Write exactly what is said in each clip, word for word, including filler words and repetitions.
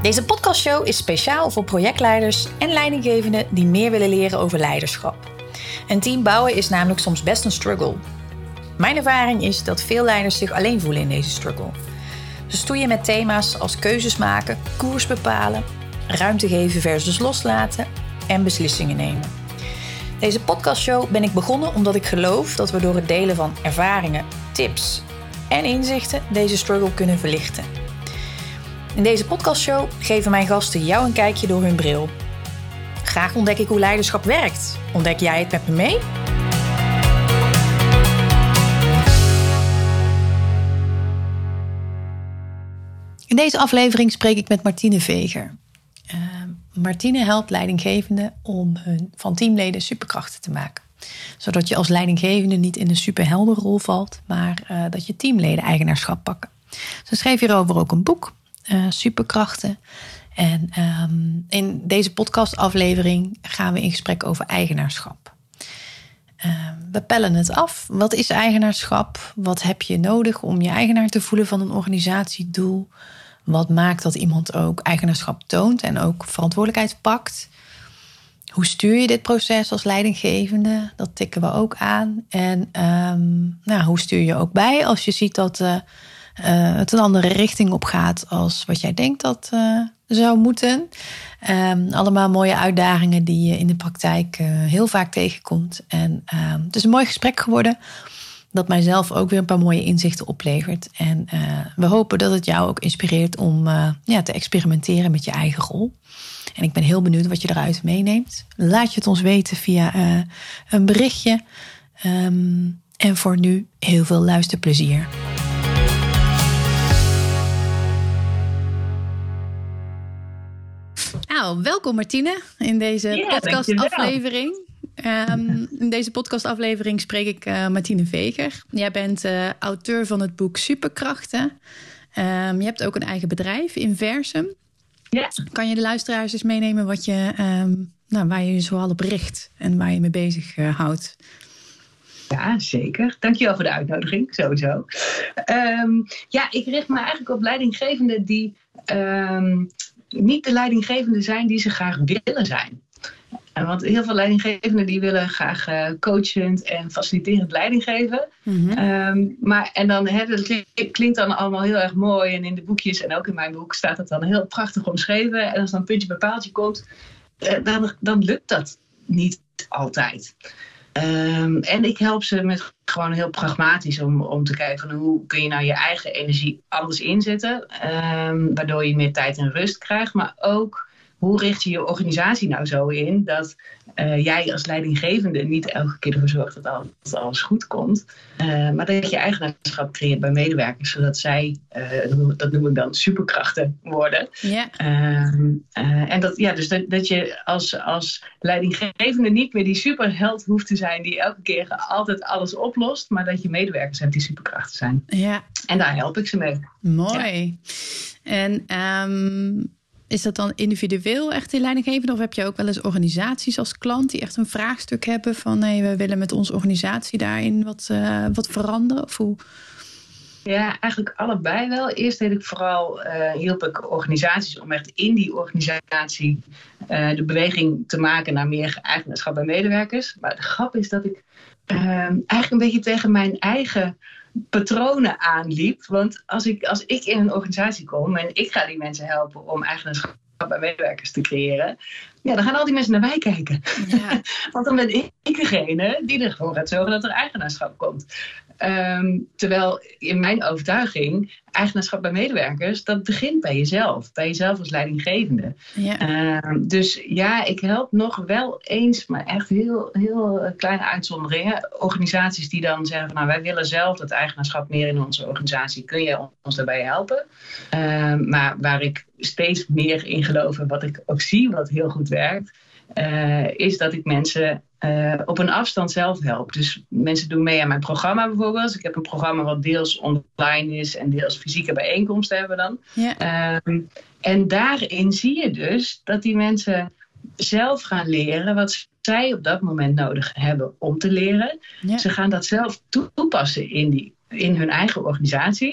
Deze podcastshow is speciaal voor projectleiders en leidinggevenden die meer willen leren over leiderschap. Een team bouwen is namelijk soms best een struggle. Mijn ervaring is dat veel leiders zich alleen voelen in deze struggle. Ze stoeien met thema's als keuzes maken, koers bepalen, ruimte geven versus loslaten en beslissingen nemen. Deze podcastshow ben ik begonnen omdat ik geloof dat we door het delen van ervaringen, tips en inzichten deze struggle kunnen verlichten. In deze podcastshow geven mijn gasten jou een kijkje door hun bril. Graag ontdek ik hoe leiderschap werkt. Ontdek jij het met me mee? In deze aflevering spreek ik met Martine Veger. Uh, Martine helpt leidinggevenden om hun van teamleden superkrachten te maken. Zodat je als leidinggevende niet in een superheldenrol valt, maar uh, dat je teamleden eigenaarschap pakken. Ze schreef hierover ook een boek, uh, Superkrachten. En um, in deze podcastaflevering gaan we in gesprek over eigenaarschap. Uh, we pellen het af. Wat is eigenaarschap? Wat heb je nodig om je eigenaar te voelen van een organisatiedoel? Wat maakt dat iemand ook eigenaarschap toont en ook verantwoordelijkheid pakt? Hoe stuur je dit proces als leidinggevende? Dat tikken we ook aan. En um, nou, hoe stuur je ook bij als je ziet dat uh, uh, het een andere richting op gaat als wat jij denkt dat uh, zou moeten? Um, allemaal mooie uitdagingen die je in de praktijk uh, heel vaak tegenkomt. En uh, het is een mooi gesprek geworden dat mijzelf ook weer een paar mooie inzichten oplevert. En uh, we hopen dat het jou ook inspireert om uh, ja, te experimenteren met je eigen rol. En ik ben heel benieuwd wat je eruit meeneemt. Laat je het ons weten via uh, een berichtje. Um, en voor nu heel veel luisterplezier. Nou, welkom Martine in deze ja, podcastaflevering. Um, in deze podcastaflevering spreek ik uh, Martine Veger. Jij bent uh, auteur van het boek Superkrachten. Um, je hebt ook een eigen bedrijf, Inversum. Ja. Kan je de luisteraars eens meenemen wat je, um, nou, waar je je zoal op richt en waar je mee bezig uh, houdt? Ja, zeker. Dankjewel voor de uitnodiging, sowieso. Um, ja, ik richt me eigenlijk op leidinggevenden die um, niet de leidinggevenden zijn die ze graag willen zijn. En want heel veel leidinggevenden die willen graag uh, coachend en faciliterend leiding geven. Mm-hmm. Um, maar, en dan, hè, dat klinkt dan allemaal heel erg mooi. En in de boekjes en ook in mijn boek staat het dan heel prachtig omschreven. En als dan puntje bij paaltje komt, uh, dan, dan lukt dat niet altijd. Um, en ik help ze met gewoon heel pragmatisch om, om te kijken van hoe kun je nou je eigen energie anders inzetten. Um, waardoor je meer tijd en rust krijgt, maar ook hoe richt je je organisatie nou zo in dat uh, jij als leidinggevende niet elke keer ervoor zorgt dat alles, dat alles goed komt. Uh, maar dat je eigenaarschap creëert bij medewerkers, zodat zij, uh, dat noem ik dan, superkrachten worden. Yeah. Uh, uh, en dat, ja, dus dat, dat je als, als leidinggevende niet meer die superheld hoeft te zijn die elke keer altijd alles oplost, maar dat je medewerkers hebt die superkrachten zijn. Yeah. En daar help ik ze mee. Mooi. Ja. En um... is dat dan individueel echt in leidinggevende? Of heb je ook wel eens organisaties als klant die echt een vraagstuk hebben van nee, we willen met onze organisatie daarin wat, uh, wat veranderen? Of hoe? Ja, eigenlijk allebei wel. Eerst deed ik vooral, uh, hielp ik organisaties om echt in die organisatie uh, de beweging te maken naar meer eigenaarschap bij medewerkers. Maar de grap is dat ik uh, eigenlijk een beetje tegen mijn eigen patronen aanliep. Want als ik, als ik in een organisatie kom en ik ga die mensen helpen om eigenaarschap bij medewerkers te creëren, ja, dan gaan al die mensen naar mij kijken. Ja. Want dan ben ik degene die ervoor gaat zorgen dat er eigenaarschap komt. Um, terwijl in mijn overtuiging, eigenaarschap bij medewerkers, dat begint bij jezelf. Bij jezelf als leidinggevende. Ja. Um, dus ja, ik help nog wel eens, maar echt heel, heel kleine uitzonderingen. Organisaties die dan zeggen van, nou, wij willen zelf dat eigenaarschap meer in onze organisatie. Kun je ons daarbij helpen? Um, maar waar ik steeds meer in geloof en wat ik ook zie, wat heel goed werkt, uh, is dat ik mensen Uh, op een afstand zelf help. Dus mensen doen mee aan mijn programma bijvoorbeeld. Ik heb een programma wat deels online is en deels fysieke bijeenkomsten hebben we dan. Ja. Um, en daarin zie je dus dat die mensen zelf gaan leren wat zij op dat moment nodig hebben om te leren. Ja. Ze gaan dat zelf toepassen in, die, in hun eigen organisatie.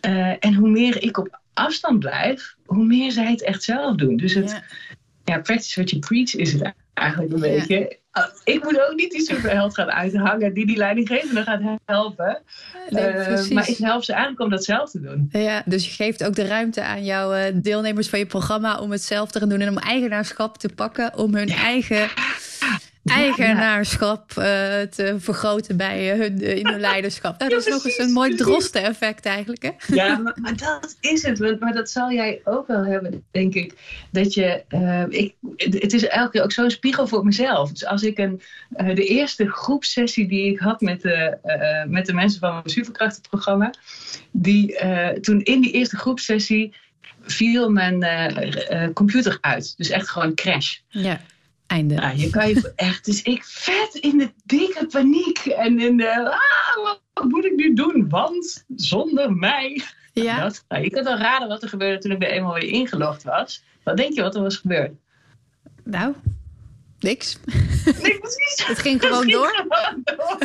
Uh, en hoe meer ik op afstand blijf, hoe meer zij het echt zelf doen. Dus het, ja, ja practice what you preach is het eigenlijk een ja. beetje. Ik moet ook niet die superheld gaan uithangen die die leidinggevende gaat helpen. Nee, uh, maar ik help ze eigenlijk om dat zelf te doen. Ja, dus je geeft ook de ruimte aan jouw uh, deelnemers van je programma om het zelf te gaan doen en om eigenaarschap te pakken, om hun ja. eigen eigenaarschap uh, te vergroten bij uh, hun, uh, in hun leiderschap. Nou, dat is ja, nog eens een mooi drosten-effect eigenlijk. Hè? Ja, maar, maar dat is het. Maar dat zal jij ook wel hebben, denk ik. Dat je, uh, ik, het is elke keer ook zo'n spiegel voor mezelf. Dus als ik een, uh, de eerste groepsessie die ik had met de, uh, met de mensen van mijn superkrachtenprogramma, die uh, toen in die eerste groepsessie viel mijn uh, uh, computer uit. Dus echt gewoon crash. Ja. Einde. Nou, je kan je echt, dus ik vet in de dikke paniek en in de, ah, wat moet ik nu doen? Want zonder mij. Ja. Dat, nou, je kunt al raden wat er gebeurde toen ik er eenmaal weer ingelogd was. Wat denk je wat er was gebeurd? Nou, niks. Nee, precies. Het ging gewoon door. Gewoon door.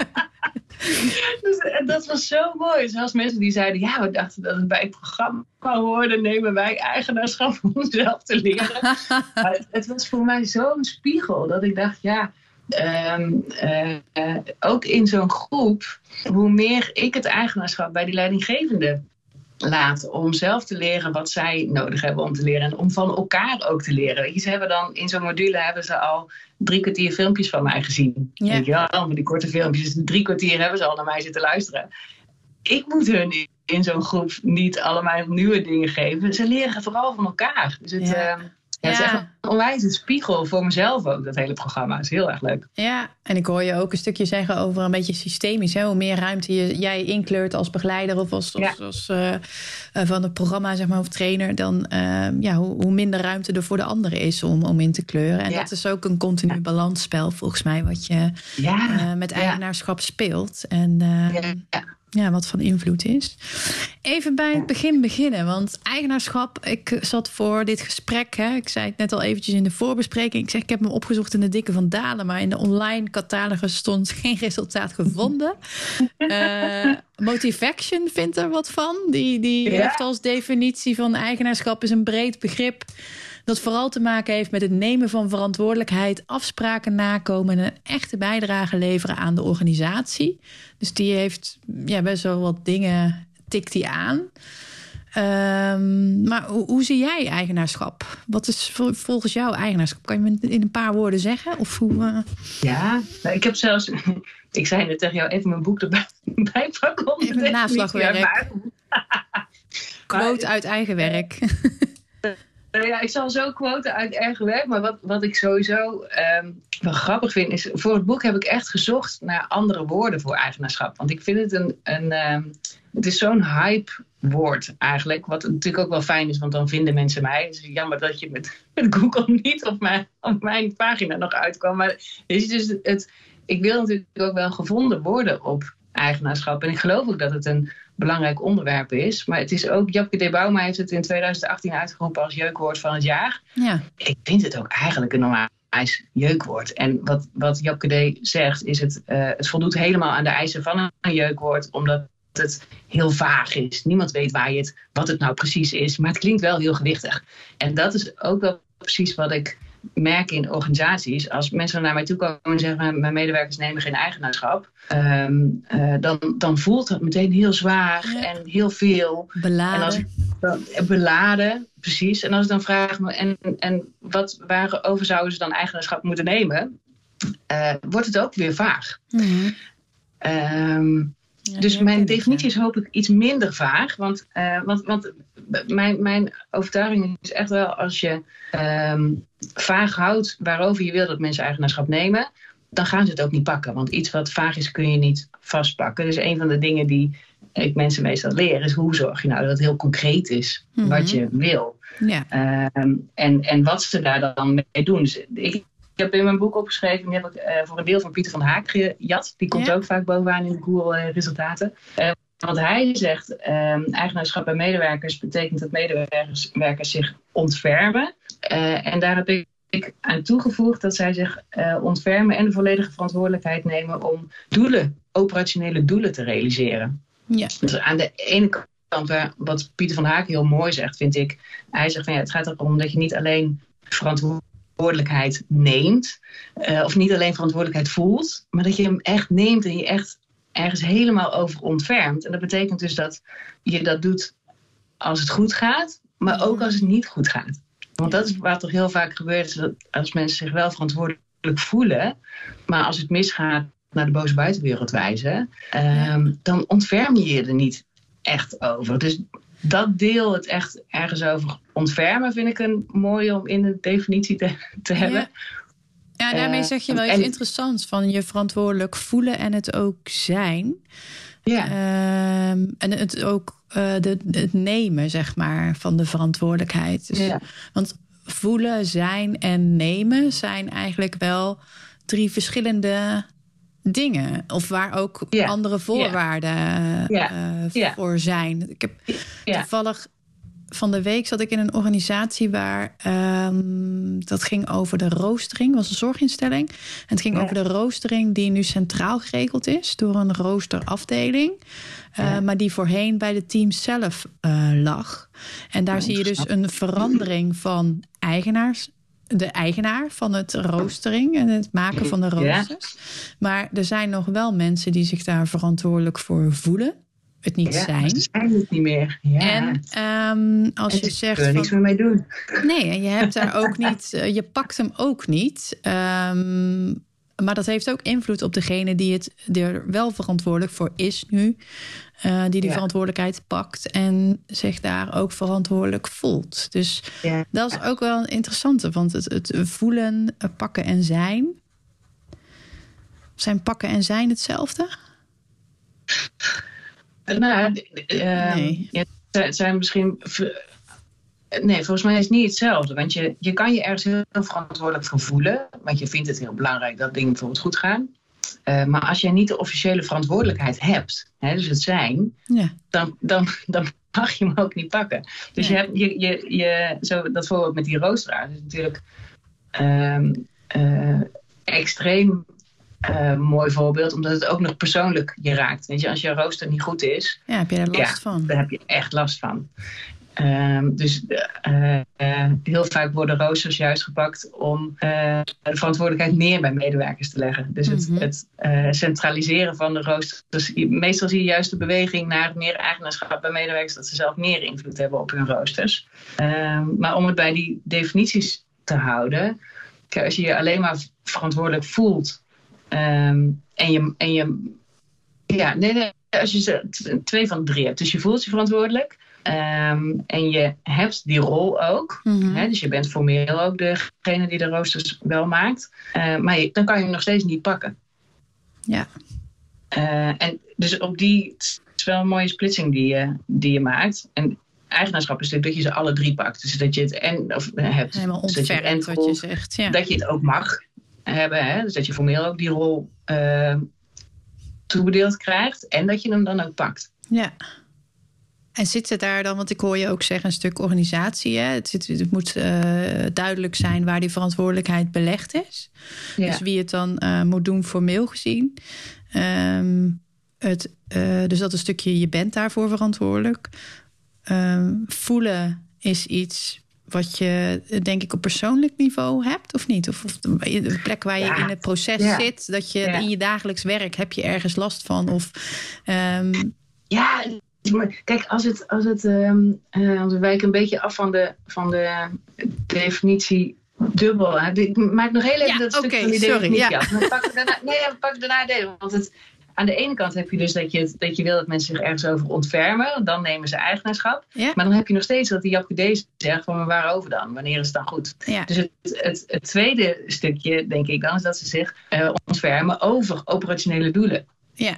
Dus, en dat was zo mooi. Zelfs mensen die zeiden, ja, we dachten dat het bij het programma hoorde, nemen wij eigenaarschap om zelf te leren. Maar het, het was voor mij zo'n spiegel dat ik dacht, ja, um, uh, uh, ook in zo'n groep, hoe meer ik het eigenaarschap bij die leidinggevende laat om zelf te leren wat zij nodig hebben om te leren en om van elkaar ook te leren. Ze hebben dan in zo'n module hebben ze al drie kwartier filmpjes van mij gezien. Ja. Denk je, ja, van die korte filmpjes, dus drie kwartier hebben ze al naar mij zitten luisteren. Ik moet hun in, in zo'n groep niet allemaal nieuwe dingen geven. Ze leren vooral van elkaar. Dus het, ja. uh, ja, het is echt een onwijze spiegel voor mezelf ook, dat hele programma. Het is heel erg leuk. Ja, en ik hoor je ook een stukje zeggen over een beetje systemisch. Hè? Hoe meer ruimte je, jij inkleurt als begeleider of als, ja. als, als uh, uh, van het programma, zeg maar, of trainer, dan uh, ja, hoe, hoe minder ruimte er voor de anderen is om, om in te kleuren. En ja. dat is ook een continu ja. balansspel, volgens mij, wat je ja. uh, met eigenaarschap ja. speelt. En uh, ja. Ja. Ja, wat van invloed is. Even bij het begin beginnen. Want eigenaarschap, ik zat voor dit gesprek, hè, ik zei het net al eventjes in de voorbespreking. Ik zeg, ik heb hem opgezocht in de Dikke van Dalen, maar in de online catalogus stond geen resultaat gevonden. uh, Motivaction vindt er wat van. Die, die ja. heeft als definitie van eigenaarschap is een breed begrip dat vooral te maken heeft met het nemen van verantwoordelijkheid, afspraken nakomen en een echte bijdrage leveren aan de organisatie. Dus die heeft ja, best wel wat dingen, tikt die aan. Um, maar hoe, hoe zie jij eigenaarschap? Wat is volgens jou eigenaarschap? Kan je me in een paar woorden zeggen? Of hoe, uh... Ja, nou, ik heb zelfs, ik zei net tegen jou, even mijn boek erbij pakken. Even een naslagwerk. Quote uit eigen werk. Ja, ik zal zo quoten uit eigen werk. Maar wat, wat ik sowieso um, wel grappig vind is, voor het boek heb ik echt gezocht naar andere woorden voor eigenaarschap. Want ik vind het een, een um, het is zo'n hype woord eigenlijk. Wat natuurlijk ook wel fijn is, want dan vinden mensen mij. Het is jammer dat je met, met Google niet op mijn, op mijn pagina nog uitkwam. Maar is dus het, ik wil natuurlijk ook wel gevonden worden op eigenaarschap. En ik geloof ook dat het een belangrijk onderwerp is. Maar het is ook, Japke D. Bouma heeft het in twintig achttien uitgeroepen als jeukwoord van het jaar. Ja. Ik vind het ook eigenlijk een normaal jeukwoord. En wat, wat Japke D. zegt is het, uh, het voldoet helemaal aan de eisen van een jeukwoord, omdat het heel vaag is. Niemand weet waar je het, wat het nou precies is, maar het klinkt wel heel gewichtig. En dat is ook wel precies wat ik merk in organisaties. Als mensen naar mij toe komen en zeggen, mijn medewerkers nemen geen eigenaarschap, um, uh, dan, dan voelt dat meteen heel zwaar ja. en heel veel. Beladen. En als ik dan, beladen, precies. En als ik dan vraag, en, en wat, waarover zouden ze dan eigenaarschap moeten nemen, uh, wordt het ook weer vaag. Mm-hmm. Um, Ja, dus mijn definitie is hoop ik iets minder vaag. Want, uh, want, want mijn, mijn overtuiging is echt wel, als je um, vaag houdt waarover je wil dat mensen eigenaarschap nemen, dan gaan ze het ook niet pakken. Want iets wat vaag is kun je niet vastpakken. Dus een van de dingen die ik mensen meestal leer is, hoe zorg je nou dat het heel concreet is mm-hmm. wat je wil. Ja. Um, en, en wat ze daar dan mee doen. Dus ik Ik heb in mijn boek opgeschreven, die heb ik uh, voor een deel van Pieter van der Haak gejat. Die komt ja. ook vaak bovenaan in de Google-resultaten. Uh, want hij zegt, um, eigenaarschap bij medewerkers betekent dat medewerkers werkers zich ontfermen. Uh, en daar heb ik, ik aan toegevoegd dat zij zich uh, ontfermen en de volledige verantwoordelijkheid nemen om doelen, operationele doelen te realiseren. Ja. Dus aan de ene kant, waar, wat Pieter van der Haak heel mooi zegt, vind ik. Hij zegt van ja, het gaat erom dat je niet alleen verantwoordelijkheid neemt. Uh, of niet alleen verantwoordelijkheid voelt. Maar dat je hem echt neemt en je echt ergens helemaal over ontfermt. En dat betekent dus dat je dat doet als het goed gaat. Maar ook als het niet goed gaat. Want dat is wat toch heel vaak gebeurt. Is dat als mensen zich wel verantwoordelijk voelen. Maar als het misgaat naar de boze buitenwereld wijzen. Um, dan ontferm je je er niet echt over. Dus dat deel, het echt ergens over ontfermen, vind ik een mooie om in de definitie te, te hebben. Ja. Ja, daarmee zeg je wel iets en, interessants van je verantwoordelijk voelen en het ook zijn. Ja. Um, en het ook uh, de, het nemen, zeg maar, van de verantwoordelijkheid. Dus, ja. Want voelen, zijn en nemen zijn eigenlijk wel drie verschillende dingen. Of waar ook ja. andere voorwaarden ja. Uh, ja. voor zijn. Ik heb ja. toevallig van de week zat ik in een organisatie waar um, dat ging over de roostering. Was een zorginstelling. En het ging ja. over de roostering die nu centraal geregeld is door een roosterafdeling. Uh, ja. Maar die voorheen bij de teams zelf uh, lag. En daar ja, zie je dus een verandering van eigenaars. De eigenaar van het roostering en het maken van de roosters. Ja. Maar er zijn nog wel mensen die zich daar verantwoordelijk voor voelen. Het niet ja, zijn. Ze zijn het niet meer. Ja. En um, als en je zegt. Kun je niks meer mee doen. Nee, en je hebt daar ook niet. Je pakt hem ook niet. Um, maar dat heeft ook invloed op degene die het er wel verantwoordelijk voor is nu. Uh, die die ja. verantwoordelijkheid pakt en zich daar ook verantwoordelijk voelt. Dus ja. dat is ook wel een interessante. Want het, het voelen, pakken en zijn. Zijn pakken en zijn hetzelfde? Nou, uh, nee. Ja, het zijn misschien. Nee, volgens mij is het niet hetzelfde. Want je, je kan je ergens heel verantwoordelijk voor voelen. Want je vindt het heel belangrijk dat dingen bijvoorbeeld goed gaan. Uh, maar als jij niet de officiële verantwoordelijkheid hebt, hè, dus het zijn, ja. dan, dan, dan mag je hem ook niet pakken. Dus ja. je hebt je, je, je, zo, dat voorbeeld met die roosteraar is natuurlijk um, uh, extreem uh, mooi voorbeeld, omdat het ook nog persoonlijk je raakt. Weet je, als je rooster niet goed is, ja, heb je er last ja, van. Daar heb je echt last van. Um, dus uh, uh, heel vaak worden roosters juist gepakt om uh, de verantwoordelijkheid meer bij medewerkers te leggen. Dus het, mm-hmm. het uh, centraliseren van de roosters. Dus meestal zie je juist de beweging naar meer eigenaarschap bij medewerkers, dat ze zelf meer invloed hebben op hun roosters. Um, maar om het bij die definities te houden, kijk, als je je alleen maar verantwoordelijk voelt um, en je, en je ja, nee, nee, als je ze twee van de drie hebt, dus je voelt je verantwoordelijk. Um, en je hebt die rol ook. Mm-hmm. Hè, dus je bent formeel ook degene die de roosters wel maakt. Uh, maar je, dan kan je hem nog steeds niet pakken. Ja. Uh, en dus op die... Het is wel een mooie splitsing die je, die je maakt. En eigenaarschap is natuurlijk dat je ze alle drie pakt. Dus dat je het en of, hebt. Helemaal ontfermd wat je zegt. Ja. Dat je het ook mag hebben. Hè, dus dat je formeel ook die rol uh, toebedeeld krijgt. En dat je hem dan ook pakt. Ja. En zit het daar dan, want ik hoor je ook zeggen, een stuk organisatie. Hè? Het, zit, het moet uh, duidelijk zijn waar die verantwoordelijkheid belegd is. Ja. Dus wie het dan uh, moet doen formeel gezien. Um, het, uh, dus dat een stukje, je bent daarvoor verantwoordelijk. Um, voelen is iets wat je, denk ik, op persoonlijk niveau hebt, of niet? Of, of de plek waar je ja. in het proces ja. zit, dat je ja. in je dagelijks werk, heb je ergens last van? Of um, ja... Kijk, als het, als het um, uh, we wijken een beetje af van de, van de definitie dubbel. Hè. Ik maak nog heel even ja, dat stuk okay, van die sorry, definitie ja. af. Dan pakken we daarna, nee, we pakken daarna delen. Want het, aan de ene kant heb je dus dat je, dat je wil dat mensen zich ergens over ontfermen. Dan nemen ze eigenaarschap. Ja. Maar dan heb je nog steeds dat die Japke D zegt van, maar waarover dan? Wanneer is het dan goed? Ja. Dus het, het, het tweede stukje, denk ik dan, is dat ze zich uh, ontfermen over operationele doelen. Ja.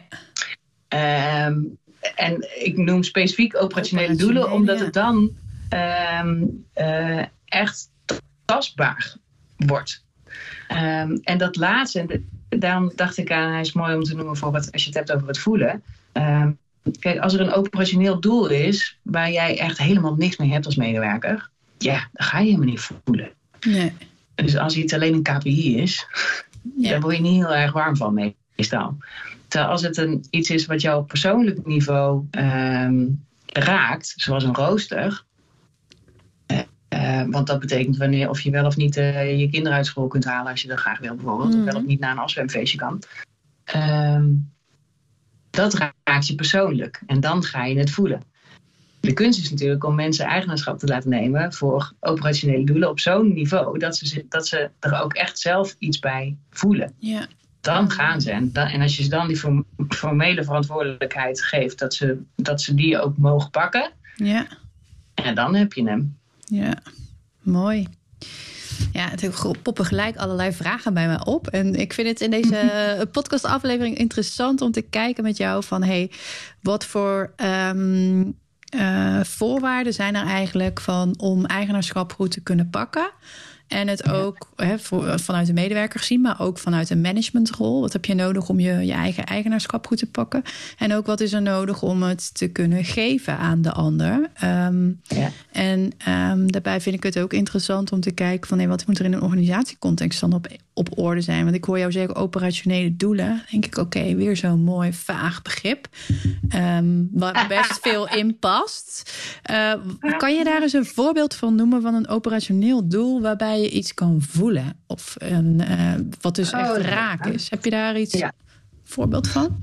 Um, En ik noem specifiek operationele doelen, omdat het dan um, uh, echt tastbaar wordt. Um, en dat laatste, daarom dacht ik aan, hij is mooi om te noemen voor wat, als je het hebt over het voelen. Um, kijk, als er een operationeel doel is waar jij echt helemaal niks mee hebt als medewerker, ja, dan ga je helemaal niet voelen. Nee. Dus als iets alleen een K P I is, ja. dan word je niet heel erg warm van meestal. Terwijl als het een, iets is wat jou op persoonlijk niveau um, raakt, zoals een rooster. Uh, uh, want dat betekent wanneer of je wel of niet uh, je kinderen uit school kunt halen als je dat graag wil bijvoorbeeld. Mm. Of wel of niet naar een afzwemfeestje kan. Uh, dat raakt je persoonlijk. En dan ga je het voelen. De kunst is natuurlijk om mensen eigenaarschap te laten nemen voor operationele doelen op zo'n niveau dat ze, dat ze er ook echt zelf iets bij voelen. Ja. Dan gaan ze. En, dan, en als je ze dan die formele verantwoordelijkheid geeft, dat ze, dat ze die ook mogen pakken. Ja. En dan heb je hem. Ja, mooi. Ja, het poppen gelijk allerlei vragen bij mij op. En ik vind het in deze podcastaflevering interessant om te kijken met jou van, hey, wat voor um, uh, voorwaarden zijn er eigenlijk van om eigenaarschap goed te kunnen pakken? En het ook he, voor, vanuit de medewerker gezien, maar ook vanuit een managementrol. Wat heb je nodig om je, je eigen eigenaarschap goed te pakken? En ook wat is er nodig om het te kunnen geven aan de ander? Um, ja. En um, daarbij vind ik het ook interessant om te kijken van, hey, wat moet er in een organisatiecontext dan op, op orde zijn? Want ik hoor jou zeggen operationele doelen. Dan denk ik, oké, okay, weer zo'n mooi vaag begrip. Um, waar best veel in past. Uh, kan je daar eens een voorbeeld van noemen van een operationeel doel waarbij je iets kan voelen? Of een, uh, wat dus echt oh, raak ja. is. Heb je daar iets ja. voorbeeld van?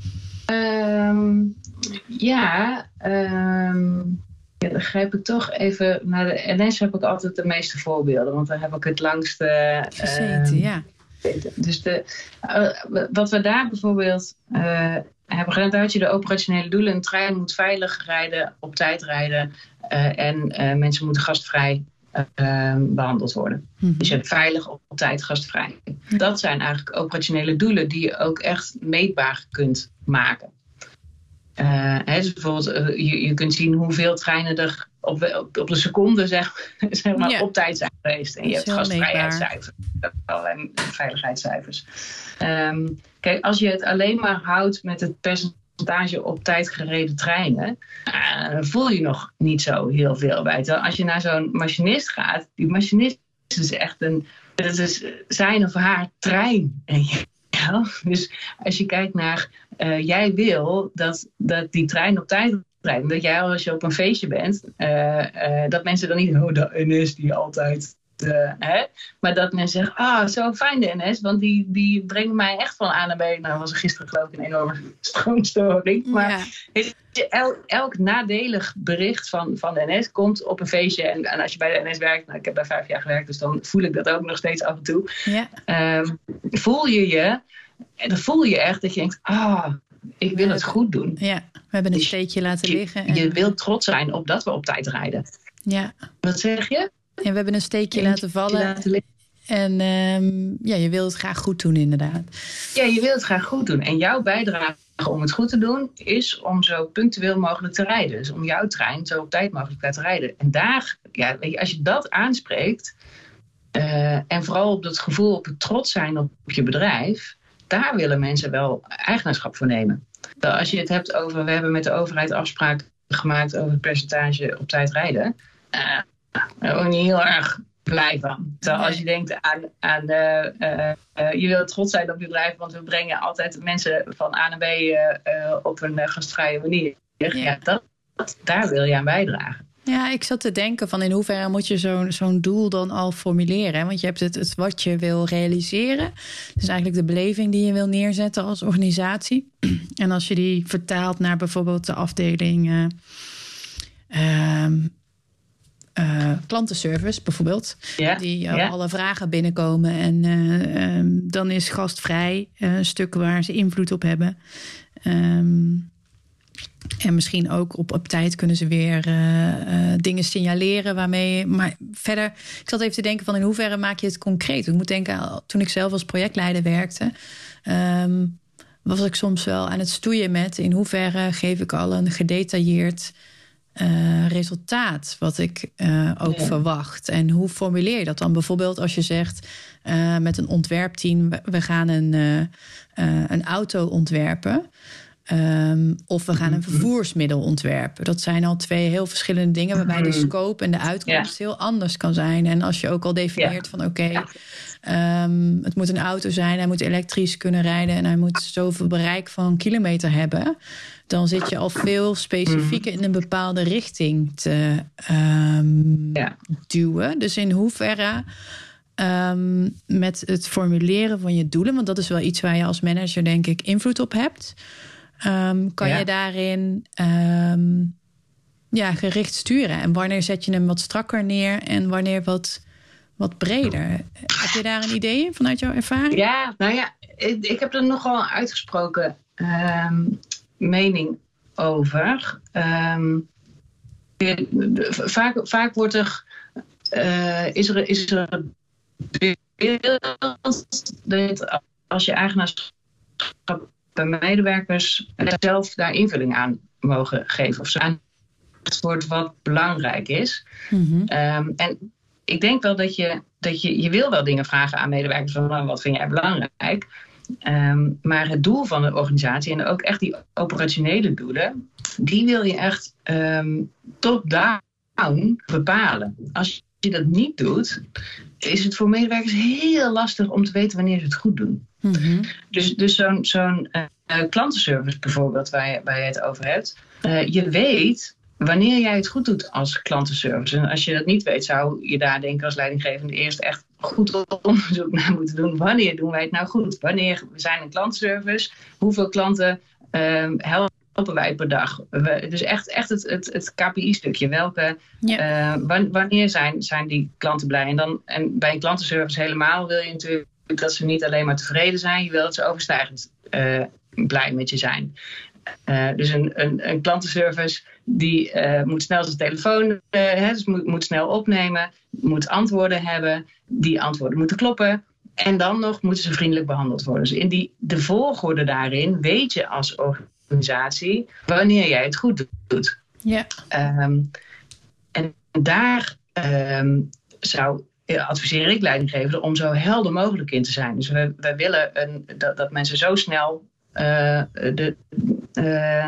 Um, ja, um, ja, dan grijp ik toch even naar de N S heb ik altijd de meeste voorbeelden, want daar heb ik het langste uh, gezeten, ja. Dus de, uh, wat we daar bijvoorbeeld uh, hebben gedaan, had je de operationele doelen. Een trein moet veilig rijden, op tijd rijden uh, en uh, mensen moeten gastvrij Uh, behandeld worden. Mm-hmm. Dus je hebt veilig op tijd gastvrij. Mm-hmm. Dat zijn eigenlijk operationele doelen die je ook echt meetbaar kunt maken. Uh, hè, dus bijvoorbeeld, uh, je, je kunt zien hoeveel treinen er op, op, op de seconde zeg, zeg maar, yeah. op tijd zijn geweest. En je hebt gastvrijheidscijfers en veiligheidscijfers. Um, kijk, als je het alleen maar houdt met het percentage op tijd gereden treinen, uh, voel je nog niet zo heel veel bij. Terwijl als je naar zo'n machinist gaat, die machinist is echt een, dat is zijn of haar trein. Ja, dus als je kijkt naar, uh, jij wil dat, dat die trein op tijd rijdt, dat jij als je op een feestje bent, uh, uh, dat mensen dan niet, oh, de N S die altijd. Uh, hè? Maar dat mensen zeggen, ah, oh, zo fijn de N S, want die, die brengen mij echt van A naar B. Nou was er gisteren geloof ik een enorme stroomstoring. Maar ja. elk, elk nadelig bericht van, van de N S komt op een feestje. En, en als je bij de N S werkt, nou ik heb daar vijf jaar gewerkt, dus dan voel ik dat ook nog steeds af en toe. Ja. Um, voel je je, en dan voel je echt dat je denkt, ah, oh, ik wil het goed doen. Ja, we hebben een dus steekje laten je, liggen. En... Je wilt trots zijn op dat we op tijd rijden. Ja. Wat zeg je? En we hebben een steekje en laten vallen. Laten en um, ja, je wilt het graag goed doen inderdaad. Ja, je wilt het graag goed doen. En jouw bijdrage om het goed te doen is om zo punctueel mogelijk te rijden. Dus om jouw trein zo op tijd mogelijk te laten rijden. En daar, ja, weet je, als je dat aanspreekt, uh, en vooral op dat gevoel, op het trots zijn op je bedrijf, daar willen mensen wel eigenaarschap voor nemen. Dat als je het hebt over, we hebben met de overheid afspraken gemaakt over het percentage op tijd rijden. Uh, Daar word je niet heel erg blij van. Terwijl als je denkt aan, aan uh, uh, uh, je wilt trots zijn op je bedrijf, want we brengen altijd mensen van A naar B uh, uh, op een uh, gastvrije manier. Ja, ja dat, dat, daar wil je aan bijdragen. Ja, ik zat te denken van in hoeverre moet je zo'n, zo'n doel dan al formuleren. Hè? Want je hebt het, het wat je wil realiseren. Dus eigenlijk de beleving die je wil neerzetten als organisatie. En als je die vertaalt naar bijvoorbeeld de afdeling Uh, uh, Uh, klantenservice bijvoorbeeld, ja, die uh, ja. alle vragen binnenkomen en uh, um, dan is gastvrij uh, een stuk waar ze invloed op hebben. Um, en misschien ook op, op tijd kunnen ze weer uh, uh, dingen signaleren waarmee. Maar verder, ik zat even te denken van in hoeverre maak je het concreet? Ik moet denken, toen ik zelf als projectleider werkte, um, was ik soms wel aan het stoeien met in hoeverre geef ik al een gedetailleerd Uh, resultaat wat ik uh, ook ja. verwacht. En hoe formuleer je dat dan? Bijvoorbeeld als je zegt uh, met een ontwerpteam, we gaan een, uh, uh, een auto ontwerpen. Um, of we gaan een vervoersmiddel ontwerpen. Dat zijn al twee heel verschillende dingen waarbij de scope en de uitkomst ja. heel anders kan zijn. En als je ook al definieert ja. van oké, okay, um, het moet een auto zijn, hij moet elektrisch kunnen rijden en hij moet zoveel bereik van kilometer hebben. dan zit je al veel specifieker in een bepaalde richting te um, ja. duwen. Dus in hoeverre um, met het formuleren van je doelen, want dat is wel iets waar je als manager denk ik invloed op hebt, um, kan ja. je daarin um, ja, gericht sturen. En wanneer zet je hem wat strakker neer en wanneer wat, wat breder? Heb je daar een idee in vanuit jouw ervaring? Ja, nou ja, ik, ik heb er nogal uitgesproken um, mening over. Um, vaak, vaak wordt er, uh, is er, is er een beeld dat als je eigenaarschap bij medewerkers zelf daar invulling aan mogen geven of zo aan wordt wat belangrijk is. Mm-hmm. Um, en ik denk wel dat je, dat je, je wil wel dingen vragen aan medewerkers van nou, wat vind jij belangrijk? Um, maar het doel van de organisatie en ook echt die operationele doelen, die wil je echt um, top-down bepalen. Als je dat niet doet, is het voor medewerkers heel lastig om te weten wanneer ze het goed doen. Mm-hmm. Dus, dus zo'n, zo'n uh, klantenservice bijvoorbeeld, waar je, waar je het over hebt, uh, je weet wanneer jij het goed doet als klantenservice. En als je dat niet weet, zou je daar denk ik als leidinggevende eerst echt goed onderzoek naar moeten doen. Wanneer doen wij het nou goed? Wanneer we zijn een klantenservice? Hoeveel klanten um, helpen wij per dag? We, dus echt, echt het, het, het K P I-stukje. Welke, ja. uh, wanneer zijn, zijn die klanten blij? En, dan, en bij een klantenservice helemaal wil je natuurlijk dat ze niet alleen maar tevreden zijn. Je wil dat ze overstijgend uh, blij met je zijn. Uh, dus een, een, een klantenservice die uh, moet snel zijn telefoon, uh, hè, dus moet, moet snel opnemen, moet antwoorden hebben, die antwoorden moeten kloppen en dan nog moeten ze vriendelijk behandeld worden. Dus in die, de volgorde daarin weet je als organisatie wanneer jij het goed doet. Ja. Um, en daar um, zou adviseer ik leidinggevenden om zo helder mogelijk in te zijn. Dus we, we willen een, dat, dat mensen zo snel Uh, de, uh,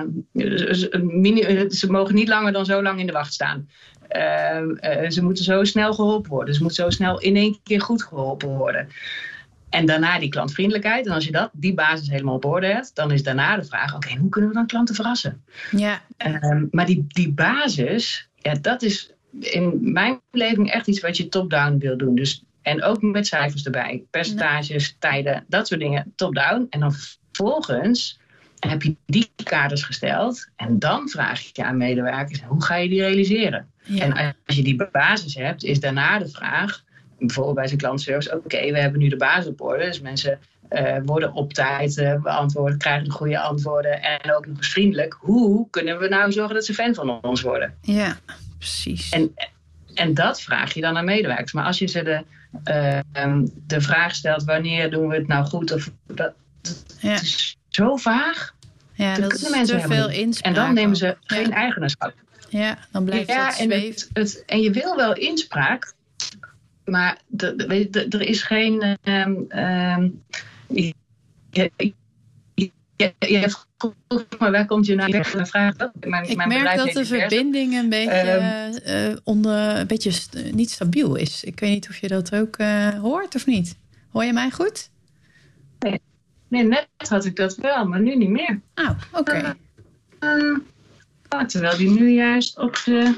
mini, ze mogen niet langer dan zo lang in de wacht staan. Uh, uh, ze moeten zo snel geholpen worden. Ze moeten zo snel in één keer goed geholpen worden. En daarna die klantvriendelijkheid. En als je dat, die basis helemaal op orde hebt, dan is daarna de vraag, oké, okay, hoe kunnen we dan klanten verrassen? Ja. Uh, maar die, die basis, ja, dat is in mijn beleving echt iets wat je top-down wil doen. Dus, en ook met cijfers erbij. Percentages, ja. tijden, dat soort dingen, top-down. En dan vervolgens heb je die kaders gesteld en dan vraag je aan medewerkers, hoe ga je die realiseren? Ja. En als je die basis hebt, is daarna de vraag, bijvoorbeeld bij zijn klantenservice, oké, okay, we hebben nu de basis op orde, dus mensen uh, worden op tijd uh, beantwoord, krijgen de goede antwoorden en ook nog eens vriendelijk. Hoe kunnen we nou zorgen dat ze fan van ons worden? Ja, precies. En, en dat vraag je dan aan medewerkers. Maar als je ze de, uh, um, de vraag stelt, wanneer doen we het nou goed? Of dat, ja. Het is zo vaag. Ja, dat, dat is te veel inspraak. En dan nemen ze ook. geen ja. eigenaarschap. Ja, dan blijft ja, dat zweven. En, het, het, en je wil wel inspraak, maar de, de, de, er is geen... Um, um, je, je, je, je vroeg me, waar komt je nou weg? Vraag, mijn, ik mijn merk dat de verbinding een beetje, um, uh, onder, een beetje st- niet stabiel is. Ik weet niet of je dat ook uh, hoort of niet. Hoor je mij goed? Nee. Nee, net had ik dat wel, maar nu niet meer. Oh, oké. Okay. Uh, uh, oh, terwijl die nu juist op de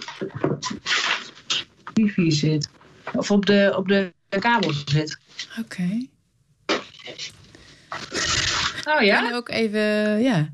wifi zit. Of op de, op de kabel zit. Oké. Okay. Oh ja? We kunnen ook even, ja.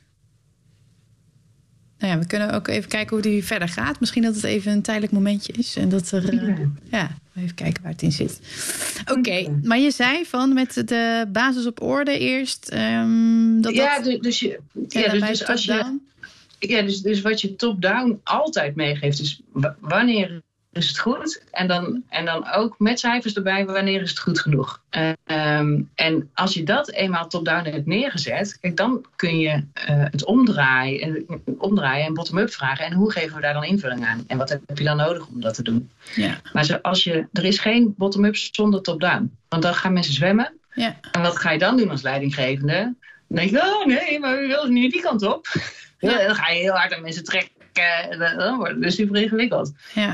Nou ja, we kunnen ook even kijken hoe die verder gaat. Misschien dat het even een tijdelijk momentje is. En dat er, uh, ja, even kijken waar het in zit. Oké, okay, maar je zei van met de basis op orde eerst. Um, dat ja, dat, dus, je, ja, dus, dus als je, ja, dus, dus wat je top-down altijd meegeeft is w- wanneer is het goed? En dan, en dan ook met cijfers erbij, wanneer is het goed genoeg? Uh, um, en als je dat eenmaal top-down hebt neergezet, kijk, dan kun je uh, het omdraaien, omdraaien en bottom-up vragen. En hoe geven we daar dan invulling aan? En wat heb je dan nodig om dat te doen? Ja. Maar zo, als je, er is geen bottom-up zonder top-down. Want dan gaan mensen zwemmen. Ja. En wat ga je dan doen als leidinggevende? Dan denk je, oh nee, maar we willen niet die kant op. Ja. Dan ga je heel hard aan mensen trekken. Dan wordt het dus super ingewikkeld. Ja.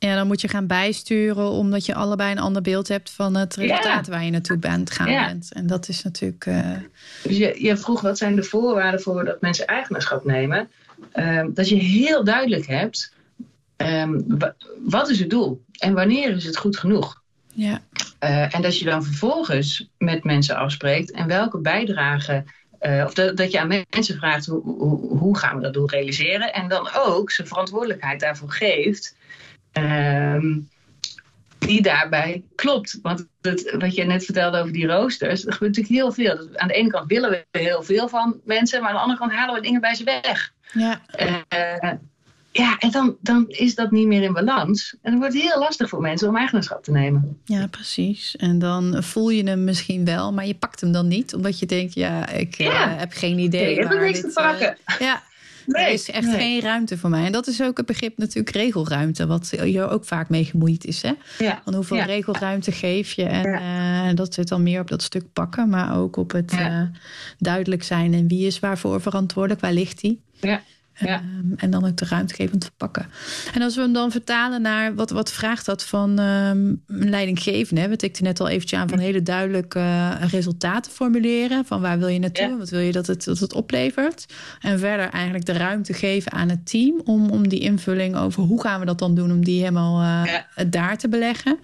Ja, dan moet je gaan bijsturen, omdat je allebei een ander beeld hebt van het resultaat ja. waar je naartoe aan het gaan ja. bent. En dat is natuurlijk. Uh... Dus je, je vroeg wat zijn de voorwaarden voor dat mensen eigenaarschap nemen? Um, dat je heel duidelijk hebt, um, w- wat is het doel en wanneer is het goed genoeg? Ja. Uh, en dat je dan vervolgens met mensen afspreekt en welke bijdrage. Uh, of dat, dat je aan mensen vraagt hoe, hoe, hoe gaan we dat doel realiseren. En dan ook zijn verantwoordelijkheid daarvoor geeft. Um, die daarbij klopt. Want het, wat je net vertelde over die roosters. Er gebeurt natuurlijk heel veel. Dus aan de ene kant willen we heel veel van mensen. Maar aan de andere kant halen we dingen bij ze weg. Ja, uh, ja en dan, dan is dat niet meer in balans. En dan wordt het heel lastig voor mensen om eigenaarschap te nemen. Ja, precies. En dan voel je hem misschien wel. Maar je pakt hem dan niet. Omdat je denkt, ja, ik ja. Uh, heb geen idee. Ik heb niks dit, te pakken. Uh, ja. Nee, er is echt nee. geen ruimte voor mij. En dat is ook het begrip natuurlijk regelruimte. Wat hier ook vaak mee gemoeid is. Hè? Ja. Van hoeveel ja. regelruimte geef je. En ja. uh, dat zit dan meer op dat stuk pakken. Maar ook op het ja. uh, duidelijk zijn. En wie is waarvoor verantwoordelijk? Waar ligt die? Ja. Ja. Um, en dan ook de ruimte geven om te pakken. En als we hem dan vertalen naar wat, wat vraagt dat van um, een leidinggevende. We tikten net al eventjes aan van hele duidelijke uh, resultaten formuleren. Van waar wil je naartoe? Ja. Wat wil je dat het, dat het oplevert? En verder eigenlijk de ruimte geven aan het team. Om, om die invulling over hoe gaan we dat dan doen. Om die helemaal uh, ja. daar te beleggen.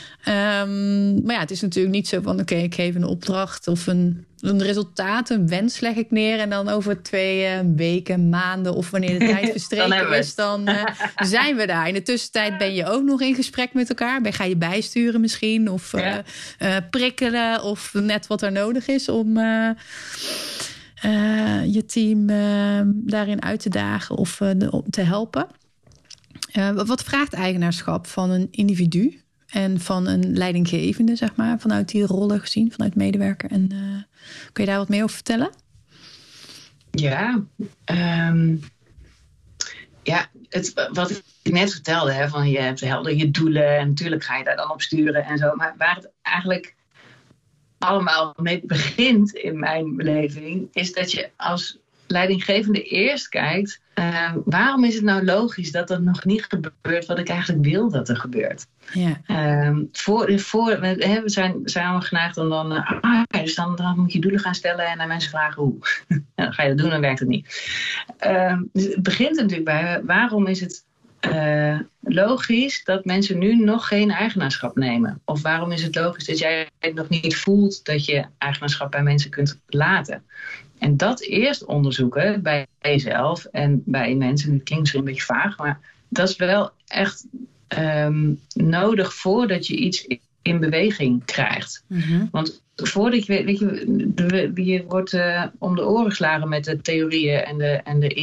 Um, maar ja, het is natuurlijk niet zo van oké, okay, ik geef een opdracht of een, een resultaat, een wens leg ik neer. En dan over twee uh, weken, maanden of wanneer de tijd verstreken dan is, dan uh, zijn we daar. In de tussentijd ben je ook nog in gesprek met elkaar. Ben, ga je bijsturen misschien of uh, ja. uh, prikkelen of net wat er nodig is om uh, uh, je team uh, daarin uit te dagen of uh, de, te helpen. Uh, wat vraagt eigenaarschap van een individu? En van een leidinggevende, zeg maar, vanuit die rollen gezien, vanuit medewerker. En uh, kun je daar wat meer over vertellen? Ja, um, ja het, wat ik net vertelde, hè, van je hebt helder je doelen en natuurlijk ga je daar dan op sturen en zo. Maar waar het eigenlijk allemaal mee begint in mijn beleving, is dat je als leidinggevende eerst kijkt, uh, waarom is het nou logisch dat er nog niet gebeurt wat ik eigenlijk wil dat er gebeurt? Ja. Um, voor, voor, we, we zijn samen geneigd om dan, uh, ah, dus dan, dan moet je doelen gaan stellen en aan mensen vragen hoe. En dan ga je dat doen, dan werkt het niet. Um, dus het begint natuurlijk bij, waarom is het uh, logisch dat mensen nu nog geen eigenaarschap nemen? Of waarom is het logisch dat jij het nog niet voelt dat je eigenaarschap bij mensen kunt laten? En dat eerst onderzoeken bij jezelf en bij mensen. Het klinkt misschien een beetje vaag, maar dat is wel echt um, nodig voordat je iets in beweging krijgt. Mm-hmm. Want voordat je weet, weet je, je wordt uh, om de oren geslagen met de theorieën en de, en de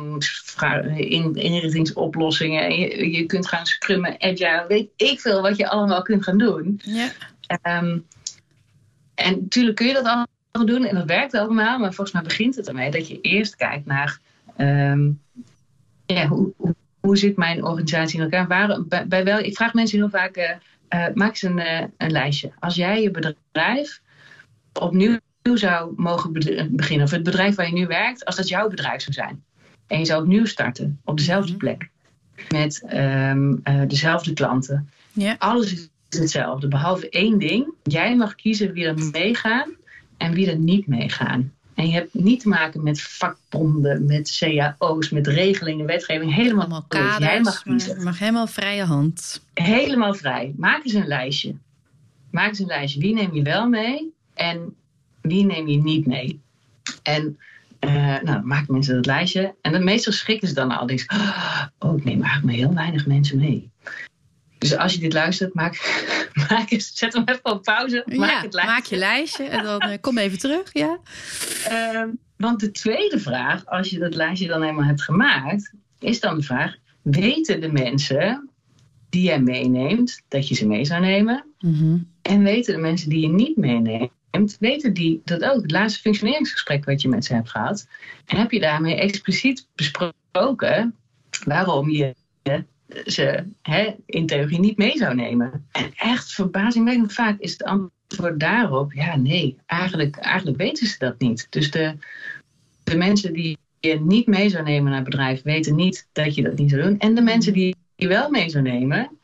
in, inrichtingsoplossingen. En je, je kunt gaan scrummen, agile, weet ik veel wat je allemaal kunt gaan doen. Yeah. Um, en natuurlijk kun je dat allemaal doen en dat werkt allemaal, maar volgens mij begint het ermee dat je eerst kijkt naar um, ja, hoe, hoe, hoe zit mijn organisatie in elkaar? Waar, bij, bij wel, ik vraag mensen heel vaak, uh, uh, maak eens een, uh, een lijstje. Als jij je bedrijf opnieuw zou mogen beginnen, of het bedrijf waar je nu werkt, als dat jouw bedrijf zou zijn, en je zou opnieuw starten op dezelfde plek, met um, uh, dezelfde klanten. Ja. Alles is hetzelfde, behalve één ding. Jij mag kiezen wie er meegaan en wie er niet meegaan. En je hebt niet te maken met vakbonden, met C A O's, met regelingen, wetgeving. Helemaal, helemaal kaders, jij mag kiezen. Je mag helemaal vrije hand. Helemaal vrij. Maak eens een lijstje. Maak eens een lijstje. Wie neem je wel mee en wie neem je niet mee? En uh, nou, dan maken mensen dat lijstje. En dan meestal schrikken ze dan al. Denk oh, ik neem eigenlijk maar heel weinig mensen mee. Dus als je dit luistert, maak, maak eens, zet hem even op pauze. Maak ja, het lijstje. Maak je lijstje en dan uh, kom even terug. Ja. Uh, want de tweede vraag, als je dat lijstje dan helemaal hebt gemaakt, is dan de vraag, weten de mensen die jij meeneemt, dat je ze mee zou nemen? Mm-hmm. En weten de mensen die je niet meeneemt, weten die dat ook? Het laatste functioneringsgesprek wat je met ze hebt gehad. En heb je daarmee expliciet besproken waarom je ze hè, in theorie niet mee zou nemen? En echt verbazingwekkend vaak is het antwoord daarop, ja nee, eigenlijk, eigenlijk weten ze dat niet. Dus de, de mensen die je niet mee zou nemen naar het bedrijf weten niet dat je dat niet zou doen. En de mensen die je wel mee zou nemen,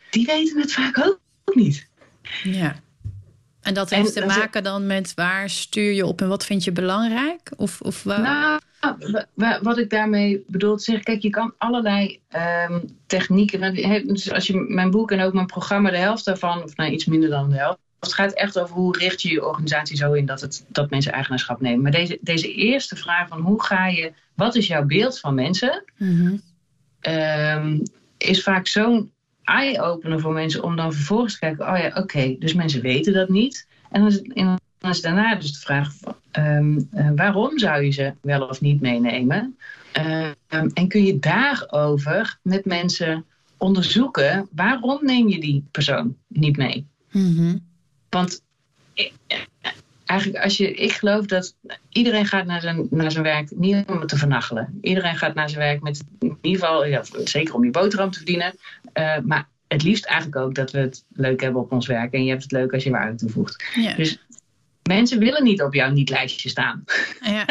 die weten het vaak ook niet. Ja. En dat heeft en, te maken dan met waar stuur je op en wat vind je belangrijk? Of, of waar... Nou, wat ik daarmee bedoel te zeggen, kijk, je kan allerlei um, technieken. Dus als je mijn boek en ook mijn programma, de helft daarvan, of nou iets minder dan de helft. Het gaat echt over hoe richt je je organisatie zo in dat, het, dat mensen eigenaarschap nemen. Maar deze, deze eerste vraag van hoe ga je, wat is jouw beeld van mensen? Mm-hmm. Um, is vaak zo'n eye-opener voor mensen om dan vervolgens te kijken, oh ja, oké, okay, dus mensen weten dat niet. En dan is, en dan is daarna dus de vraag, um, uh, waarom zou je ze wel of niet meenemen? Um, en kun je daarover met mensen onderzoeken, waarom neem je die persoon niet mee? Mm-hmm. Want ik, eigenlijk als je, ik geloof dat iedereen gaat naar zijn, naar zijn werk niet om het te vernachelen. Iedereen gaat naar zijn werk met in ieder geval, ja, zeker om je boterham te verdienen. Uh, maar het liefst eigenlijk ook dat we het leuk hebben op ons werk. En je hebt het leuk als je waarde toevoegt. Ja. Dus mensen willen niet op jouw niet-lijstje staan. Ja.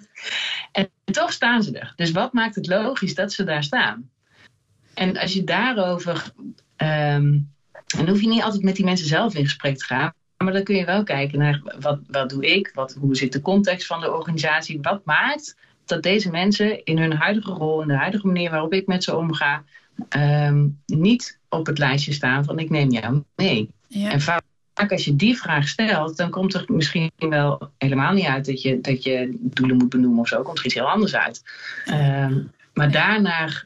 En toch staan ze er. Dus wat maakt het logisch dat ze daar staan? En als je daarover... Um, en dan hoef je niet altijd met die mensen zelf in gesprek te gaan. Maar dan kun je wel kijken naar wat, wat doe ik? Wat, hoe zit de context van de organisatie? Wat maakt dat deze mensen in hun huidige rol... in de huidige manier waarop ik met ze omga... Um, niet op het lijstje staan van ik neem jou mee. Ja. En vaak als je die vraag stelt... dan komt er misschien wel helemaal niet uit... dat je, dat je doelen moet benoemen of zo. Komt er iets heel anders uit. Um, maar ja. daarnaar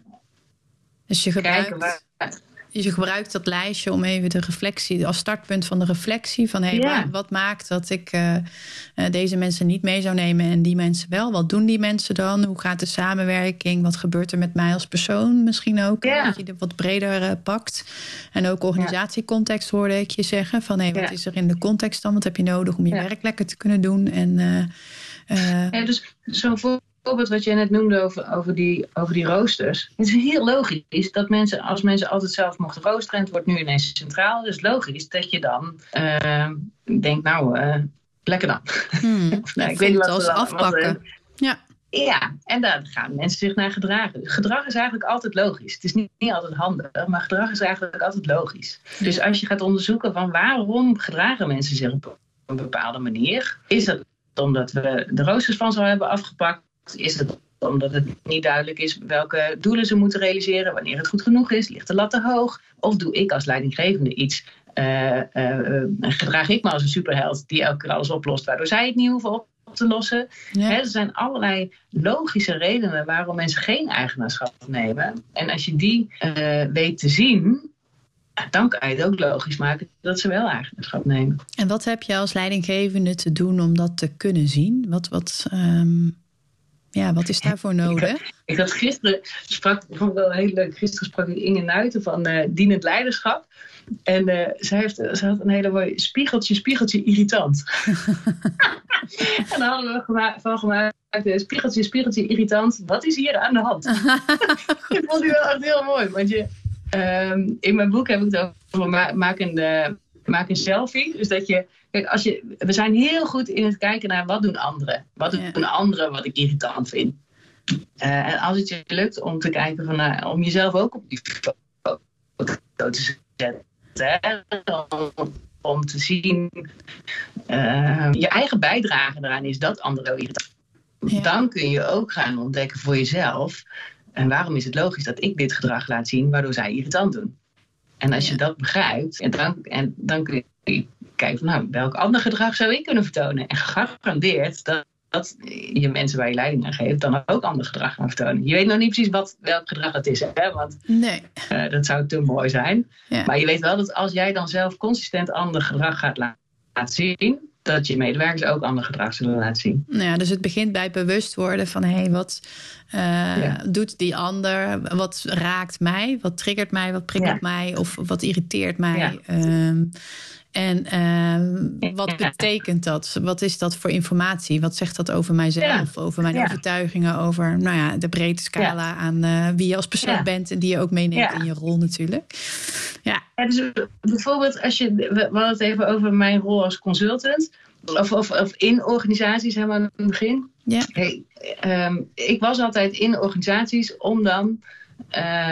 dus je gebruikt... kijken... Waar, Dus je gebruikt dat lijstje om even de reflectie, als startpunt van de reflectie. Van hey, ja. wat, wat maakt dat ik uh, uh, deze mensen niet mee zou nemen en die mensen wel? Wat doen die mensen dan? Hoe gaat de samenwerking? Wat gebeurt er met mij als persoon misschien ook? Ja. Dat je het wat breder uh, pakt. En ook organisatiecontext hoorde ik je zeggen. Van hey, wat ja. is er in de context dan? Wat heb je nodig om je ja. werk lekker te kunnen doen? En, uh, uh, ja, dus zo'n voor voorbeeld wat jij net noemde over, over, die, over die roosters. Het is heel logisch dat mensen, als mensen altijd zelf mochten roosteren... en het wordt nu ineens centraal, dus logisch dat je dan uh, denkt, nou, uh, lekker dan. Hmm, of, nou, ik weet niet wat als afpakken. Wat, uh, ja. ja, en daar gaan mensen zich naar gedragen. Gedrag is eigenlijk altijd logisch. Het is niet, niet altijd handig, maar gedrag is eigenlijk altijd logisch. Dus als je gaat onderzoeken van waarom gedragen mensen zich op een bepaalde manier... is dat omdat we de roosters van ze al hebben afgepakt? Is het omdat het niet duidelijk is welke doelen ze moeten realiseren, wanneer het goed genoeg is, ligt de lat te hoog? Of doe ik als leidinggevende iets, uh, uh, gedraag ik me als een superheld die elke keer alles oplost, waardoor zij het niet hoeven op te lossen? Ja. He, er zijn allerlei logische redenen waarom mensen geen eigenaarschap nemen. En als je die uh, weet te zien, dan kan je het ook logisch maken dat ze wel eigenaarschap nemen. En wat heb je als leidinggevende te doen om dat te kunnen zien? Wat... wat um... Ja, wat is daarvoor nodig? Ik, ik had gisteren, sprak, ik vond het wel heel leuk, gisteren sprak ik Inge Nuiten van uh, Dienend Leiderschap. En uh, ze, heeft, ze had een hele mooie spiegeltje, spiegeltje irritant. En dan hadden we gema- van gemaakt, spiegeltje, spiegeltje irritant, wat is hier aan de hand? Ik vond die wel echt heel mooi, want je, um, in mijn boek heb ik het over ma- maak, een, uh, maak een selfie. Dus dat je... Kijk, als je, we zijn heel goed in het kijken naar wat doen anderen. Wat doen ja. anderen wat ik irritant vind. Uh, en als het je lukt om te kijken van, uh, om jezelf ook op die foto te zetten. Hè? Om, om te zien uh, je eigen bijdrage eraan is dat anderen irritant. Ja. Dan kun je ook gaan ontdekken voor jezelf. En waarom is het logisch dat ik dit gedrag laat zien waardoor zij irritant doen. En als ja. je dat begrijpt, en dan, en dan kun je kijken van nou, welk ander gedrag zou ik kunnen vertonen? En gegarandeerd dat, dat je mensen waar je leiding aan geeft dan ook ander gedrag gaan vertonen. Je weet nog niet precies wat, welk gedrag het is, hè? Want nee. uh, dat zou te mooi zijn. Ja. Maar je weet wel dat als jij dan zelf consistent ander gedrag gaat laten zien, dat je medewerkers ook ander gedrag zullen laten zien. Nou ja, dus het begint bij bewust worden van hé, hey, wat uh, ja. doet die ander? Wat raakt mij? Wat triggert mij? Wat prikkelt ja. mij? Of wat irriteert mij? Ja. Um, En uh, wat betekent dat? Wat is dat voor informatie? Wat zegt dat over mijzelf? Ja. Over mijn ja. overtuigingen? Over nou ja, de brede scala ja. aan uh, wie je als persoon ja. bent en die je ook meeneemt ja. in je rol natuurlijk. Ja. Ja, dus bijvoorbeeld als je, we hadden het even over mijn rol als consultant. Of, of, of in organisaties helemaal aan het begin. Ja. Hey, um, ik was altijd in organisaties om dan... Uh,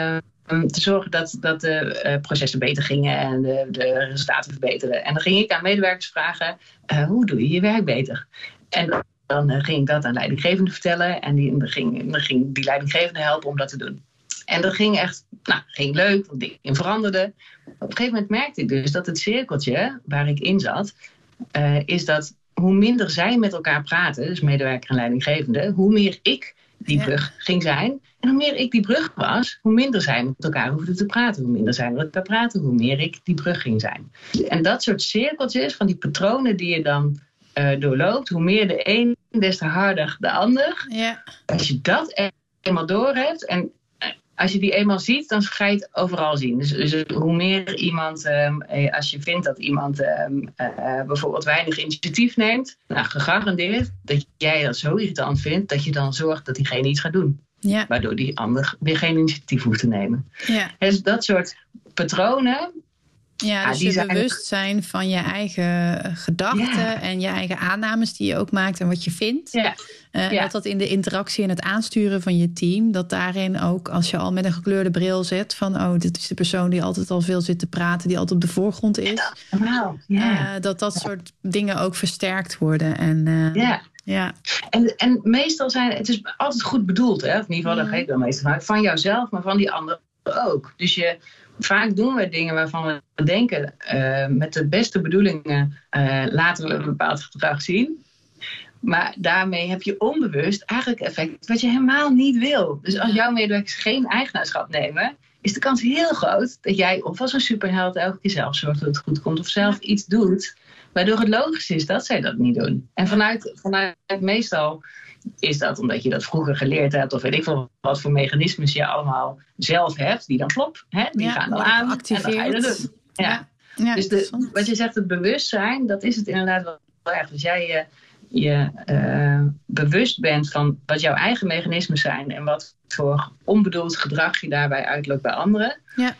te zorgen dat, dat de uh, processen beter gingen en de, de resultaten verbeteren. En dan ging ik aan medewerkers vragen, uh, hoe doe je je werk beter? En dan, dan uh, ging ik dat aan leidinggevenden vertellen en die, dan, ging, dan ging die leidinggevende helpen om dat te doen. En dat ging echt, nou, ging leuk, want dingen veranderden. Op een gegeven moment merkte ik dus dat het cirkeltje waar ik in zat, uh, is dat hoe minder zij met elkaar praten, dus medewerker en leidinggevende, hoe meer ik die brug ja. ging zijn. En hoe meer ik die brug was, hoe minder zij met elkaar hoefden te praten. Hoe minder zij met elkaar praten, hoe meer ik die brug ging zijn. En dat soort cirkeltjes, van die patronen die je dan uh, doorloopt, hoe meer de een, des te harder de ander. Ja. Als je dat eenmaal door hebt en als je die eenmaal ziet, dan ga je het overal zien. Dus, dus hoe meer iemand, um, als je vindt dat iemand um, uh, bijvoorbeeld weinig initiatief neemt, nou, gegarandeerd dat jij dat zo irritant vindt, dat je dan zorgt dat diegene iets gaat doen. Ja. Waardoor die ander weer geen initiatief hoeft te nemen. Ja. Dus dat soort patronen. Ja, dus ah, je zijn... bewustzijn van je eigen gedachten ja. en je eigen aannames die je ook maakt en wat je vindt. Ja. Uh, ja. Dat dat in de interactie en het aansturen van je team, dat daarin ook als je al met een gekleurde bril zet van oh, dit is de persoon die altijd al veel zit te praten, die altijd op de voorgrond is. Ja. Ja. Uh, dat dat soort dingen ook versterkt worden. En, uh, ja. Ja. En, en meestal zijn het is altijd goed bedoeld, hè? Of in ieder geval, daar ga ik dan meestal van, van jouzelf, maar van die anderen ook. Dus je Vaak doen we dingen waarvan we denken, uh, met de beste bedoelingen uh, laten we een bepaald gedrag zien. Maar daarmee heb je onbewust eigenlijk effect wat je helemaal niet wil. Dus als jouw medewerkers geen eigenaarschap nemen, is de kans heel groot dat jij of als een superheld elke keer zelf zorgt dat het goed komt of zelf iets doet, waardoor het logisch is dat zij dat niet doen. En vanuit, vanuit meestal is dat omdat je dat vroeger geleerd hebt of weet ik veel wat voor mechanismes je allemaal zelf hebt, die dan plop, hè, die ja, gaan dan aan activeert. En dan ga je dat doen. Ja. Ja. Ja, dus de, wat je zegt, het bewustzijn, dat is het inderdaad wel erg. Dus jij je, je uh, bewust bent van wat jouw eigen mechanismes zijn en wat voor onbedoeld gedrag je daarbij uitloopt bij anderen. Ja.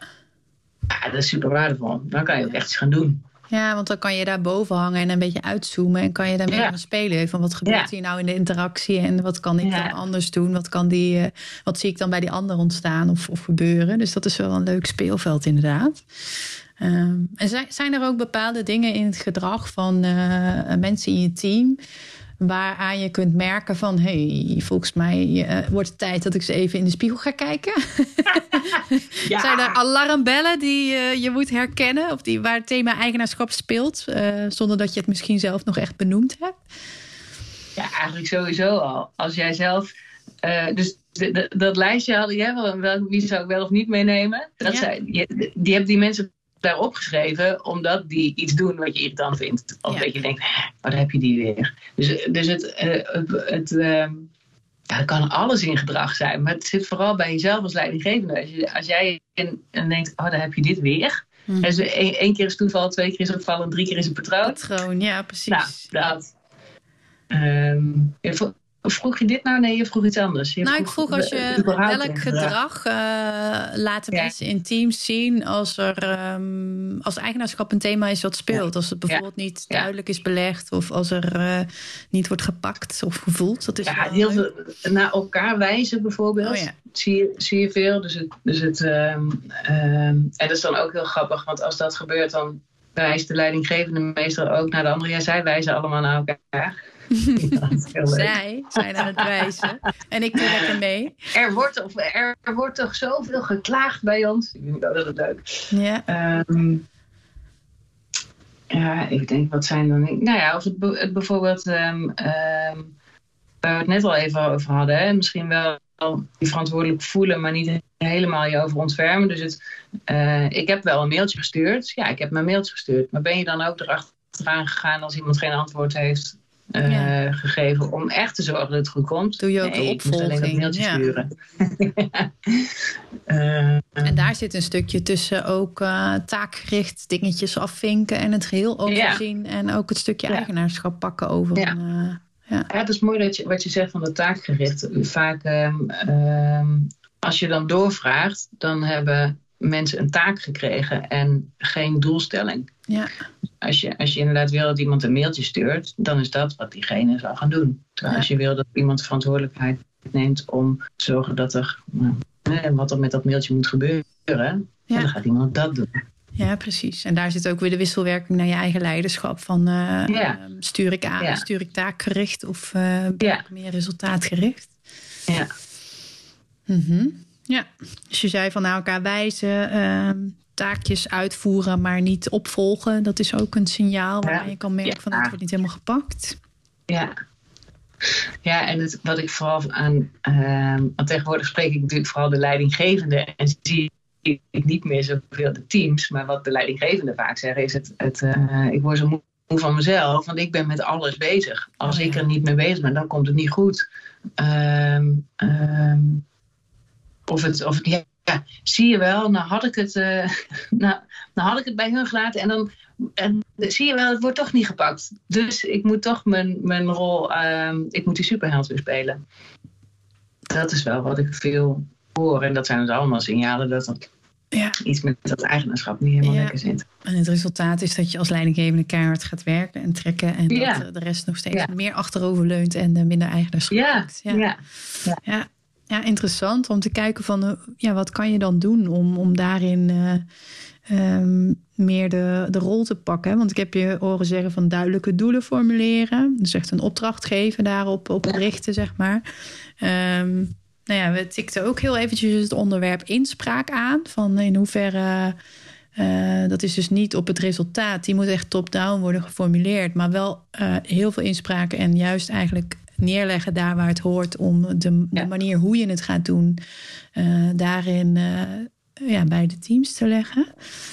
Ja, dat is super waardevol. Dan kan je ook echt iets gaan doen. Ja, want dan kan je daar boven hangen en een beetje uitzoomen en kan je daarmee ja. gaan spelen. Van wat gebeurt ja. hier nou in de interactie en wat kan ik ja. dan anders doen? Wat, kan die, uh, wat zie ik dan bij die ander ontstaan of, of gebeuren? Dus dat is wel een leuk speelveld inderdaad. Um, en zijn, zijn er ook bepaalde dingen in het gedrag van uh, mensen in je team waaraan je kunt merken van hey, volgens mij uh, wordt het tijd dat ik eens even in de spiegel ga kijken? Ja. Zijn er alarmbellen die uh, je moet herkennen of die, waar het thema eigenaarschap speelt, uh, zonder dat je het misschien zelf nog echt benoemd hebt? Ja, eigenlijk sowieso al. Als jij zelf uh, dus de, de, dat lijstje hadden je, wel, wie zou ik wel of niet meenemen? Dat ja. zijn, die, die hebben die mensen daar opgeschreven omdat die iets doen wat je irritant vindt. Of ja. dat je denkt, wat heb je die weer? Dus, dus het, uh, het, het uh, ja, het kan alles in gedrag zijn, maar het zit vooral bij jezelf als leidinggevende. Als, je, als jij en, en denkt, oh, daar heb je dit weer. Hmm. Dus één, één keer is toeval, twee keer is opvallen, drie keer is een patroon. Patroon, ja, precies. Nou, dat. Um, Vroeg je dit nou? Nee, je vroeg iets anders. Je nou, vroeg, ik vroeg als je welk gedrag uh, laten ja. mensen in teams zien als er um, als eigenaarschap een thema is wat speelt. Ja. Als het bijvoorbeeld ja. niet duidelijk is belegd of als er uh, niet wordt gepakt of gevoeld. Dat is ja, heel veel naar elkaar wijzen bijvoorbeeld. Oh, ja. zie, je, zie je veel. Dus het, dus het, um, um, en dat is dan ook heel grappig, want als dat gebeurt, dan wijst de leidinggevende meestal ook naar de andere. Ja, zij wijzen allemaal naar elkaar. Ja, zij zijn aan het wijzen. En ik doe lekker mee. Er wordt, of, er wordt toch zoveel geklaagd bij ons. Ik vind dat het leuk. Ja. Um, ja, ik denk, wat zijn dan... Nou ja, of het, het bijvoorbeeld... Um, um, waar we het net al even over hadden. Hè, misschien wel je verantwoordelijk voelen, maar niet helemaal je over ontfermen. Dus het, uh, ik heb wel een mailtje gestuurd. Ja, ik heb mijn mailtje gestuurd. Maar ben je dan ook erachteraan gegaan als iemand geen antwoord heeft... Uh, ja. gegeven om echt te zorgen dat het goed komt. Doe je ook nee, de opvolging. Ik moest alleen dat mailtje ja. sturen. uh, en daar zit een stukje tussen ook uh, taakgericht dingetjes afvinken en het geheel overzien. Ja. En ook het stukje ja. eigenaarschap pakken over. Ja. Een, uh, ja. ja, het is mooi dat je, wat je zegt van de taakgericht. Vaak um, um, als je dan doorvraagt, dan hebben mensen een taak gekregen en geen doelstelling. Ja. Als je, als je inderdaad wil dat iemand een mailtje stuurt, dan is dat wat diegene zal gaan doen. Terwijl ja. als je wil dat iemand verantwoordelijkheid neemt om te zorgen dat er nou, en wat er met dat mailtje moet gebeuren. Ja. En dan gaat iemand dat doen. Ja, precies. En daar zit ook weer de wisselwerking naar je eigen leiderschap. Van uh, ja. uh, stuur ik aan, ja. stuur ik taakgericht of uh, ben ja. ik meer resultaatgericht? Ja. Mm-hmm. Ja. Dus je zei van naar elkaar wijzen, uh, taakjes uitvoeren, maar niet opvolgen. Dat is ook een signaal waar ja. je kan merken ja. van dat wordt niet helemaal gepakt. Ja. Ja, en het, wat ik vooral aan... Uh, want tegenwoordig spreek ik natuurlijk vooral de leidinggevende en zie ik niet meer zoveel de teams, maar wat de leidinggevende vaak zeggen is het, het uh, ik word zo moe van mezelf, want ik ben met alles bezig. Als oh, ja. ik er niet mee bezig ben, dan komt het niet goed. Um, um, of het, of het ja, ja, zie je wel, nou had ik het, uh, nou, nou had ik het bij hun gelaten en dan en, zie je wel, het wordt toch niet gepakt. Dus ik moet toch mijn, mijn rol, um, ik moet die superheld weer spelen. Dat is wel wat ik veel hoor en dat zijn dus allemaal signalen dat dat ja. iets met dat eigenaarschap niet helemaal ja. lekker zit. En het resultaat is dat je als leidinggevende keihard gaat werken en trekken. En ja. dat de rest nog steeds ja. meer achterover leunt en minder eigenaarschap ja. maakt. Ja. Ja. Ja. Ja. ja, interessant om te kijken van ja, wat kan je dan doen om, om daarin uh, um, meer de, de rol te pakken. Want ik heb je horen zeggen van duidelijke doelen formuleren. Dus echt een opdracht geven daarop op richten, zeg maar. Um, Nou ja, we tikten ook heel eventjes het onderwerp inspraak aan. Van in hoeverre, uh, dat is dus niet op het resultaat. Die moet echt top-down worden geformuleerd. Maar wel uh, heel veel inspraak en juist eigenlijk neerleggen daar waar het hoort. Om de, ja. de manier hoe je het gaat doen, uh, daarin uh, ja, bij de teams te leggen.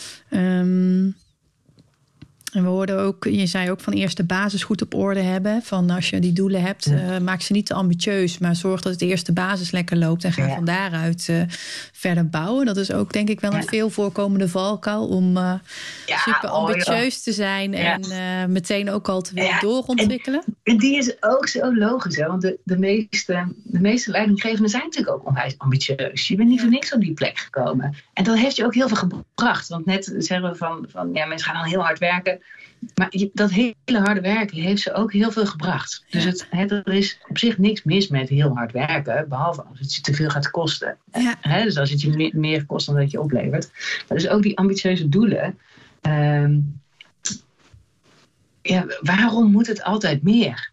Um, En we hoorden ook, je zei ook van eerst de basis goed op orde hebben. Van als je die doelen hebt, uh, maak ze niet te ambitieus. Maar zorg dat het eerst de basis lekker loopt. En ga ja. van daaruit uh, verder bouwen. Dat is ook denk ik wel een ja. veel voorkomende valkuil. Om uh, ja, super ambitieus oh, te zijn. Ja. En uh, meteen ook al te willen ja. doorontwikkelen. En, en die is ook zo logisch. Hè? Want de, de, meeste, de meeste leidinggevenden zijn natuurlijk ook onwijs ambitieus. Je bent niet voor niks op die plek gekomen. En dat heeft je ook heel veel gebracht. Want net zeggen we van, van ja, mensen gaan dan heel hard werken. Maar dat hele harde werken heeft ze ook heel veel gebracht. Dus het, het, er is op zich niks mis met heel hard werken. Behalve als het je te veel gaat kosten. Ja. He, dus als het je meer, meer kost dan dat je oplevert. Maar dus ook die ambitieuze doelen. Um, ja, waarom moet het altijd meer?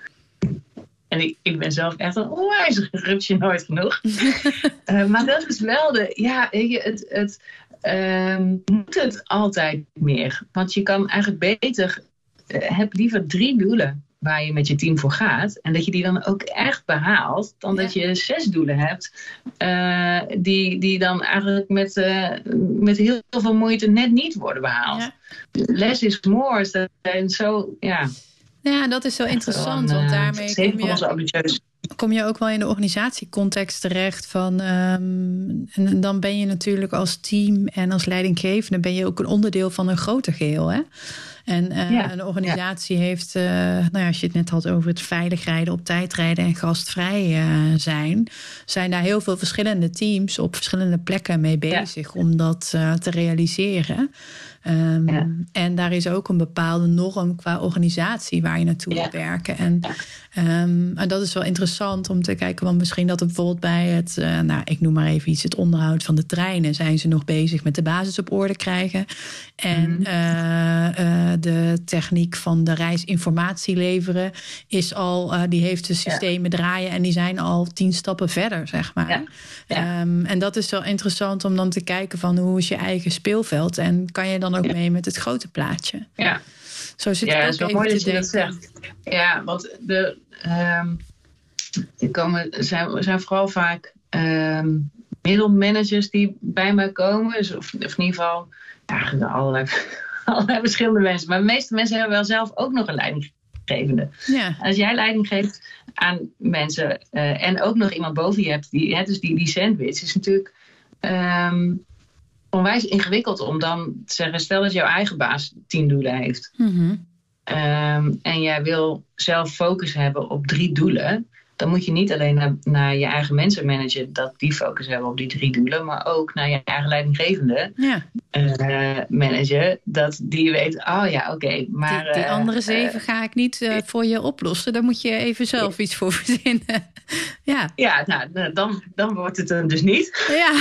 En ik, ik ben zelf echt een onwijs rupsje nooit genoeg. uh, maar dat is wel de... Ja, het... het Um, moet het altijd meer? Want je kan eigenlijk beter... Uh, heb liever drie doelen waar je met je team voor gaat. En dat je die dan ook echt behaalt. Dan ja. dat je zes doelen hebt. Uh, die, die dan eigenlijk met, uh, met heel veel moeite net niet worden behaald. Ja. Less is more. En zo, ja... Ja, dat is zo interessant. Want daarmee kom je, kom je ook wel in de organisatiecontext terecht. Van, um, en dan ben je natuurlijk als team en als leidinggevende ben je ook een onderdeel van een groter geheel. Hè? En uh, ja, een organisatie ja. heeft, uh, nou ja, als je het net had over het veilig rijden, op tijd rijden en gastvrij uh, zijn, zijn daar heel veel verschillende teams op verschillende plekken mee bezig ja. om dat uh, te realiseren. Um, ja. En daar is ook een bepaalde norm qua organisatie waar je naartoe ja. moet werken. En, um, en dat is wel interessant om te kijken, want misschien dat er bijvoorbeeld bij het, uh, nou, ik noem maar even iets, het onderhoud van de treinen, zijn ze nog bezig met de basis op orde krijgen. En mm-hmm. uh, uh, de techniek van de reisinformatie leveren is al, uh, die heeft de systemen ja. draaien en die zijn al tien stappen verder, zeg maar. Ja. Ja. Um, en dat is wel interessant om dan te kijken van hoe is je eigen speelveld en kan je dan ook ja. mee met het grote plaatje. Ja, zo zit ja, het ook dat is wel even mooi te dat je dat zegt. Ja, want de, um, er komen, zijn, zijn vooral vaak um, middelmanagers die bij mij komen. Dus of, of in ieder geval ja, allerlei, allerlei verschillende mensen. Maar de meeste mensen hebben wel zelf ook nog een leidinggevende. Ja. Als jij leiding geeft aan mensen uh, en ook nog iemand boven je hebt, die, hè, dus die, die sandwich is natuurlijk... Um, onwijs ingewikkeld om dan te zeggen, stel dat jouw eigen baas tien doelen heeft. Mm-hmm. Um, en jij wil zelf focus hebben op drie doelen. dan moet je niet alleen naar, naar je eigen mensen managen, dat die focus hebben op die drie doelen, maar ook naar je eigen leidinggevende ja. uh, managen, dat die weet, oh ja, oké, okay, maar... Die, die uh, andere zeven uh, ga ik niet uh, voor je oplossen, daar moet je even zelf iets voor verzinnen. ja, ja nou, dan, dan wordt het hem dus niet. Ja.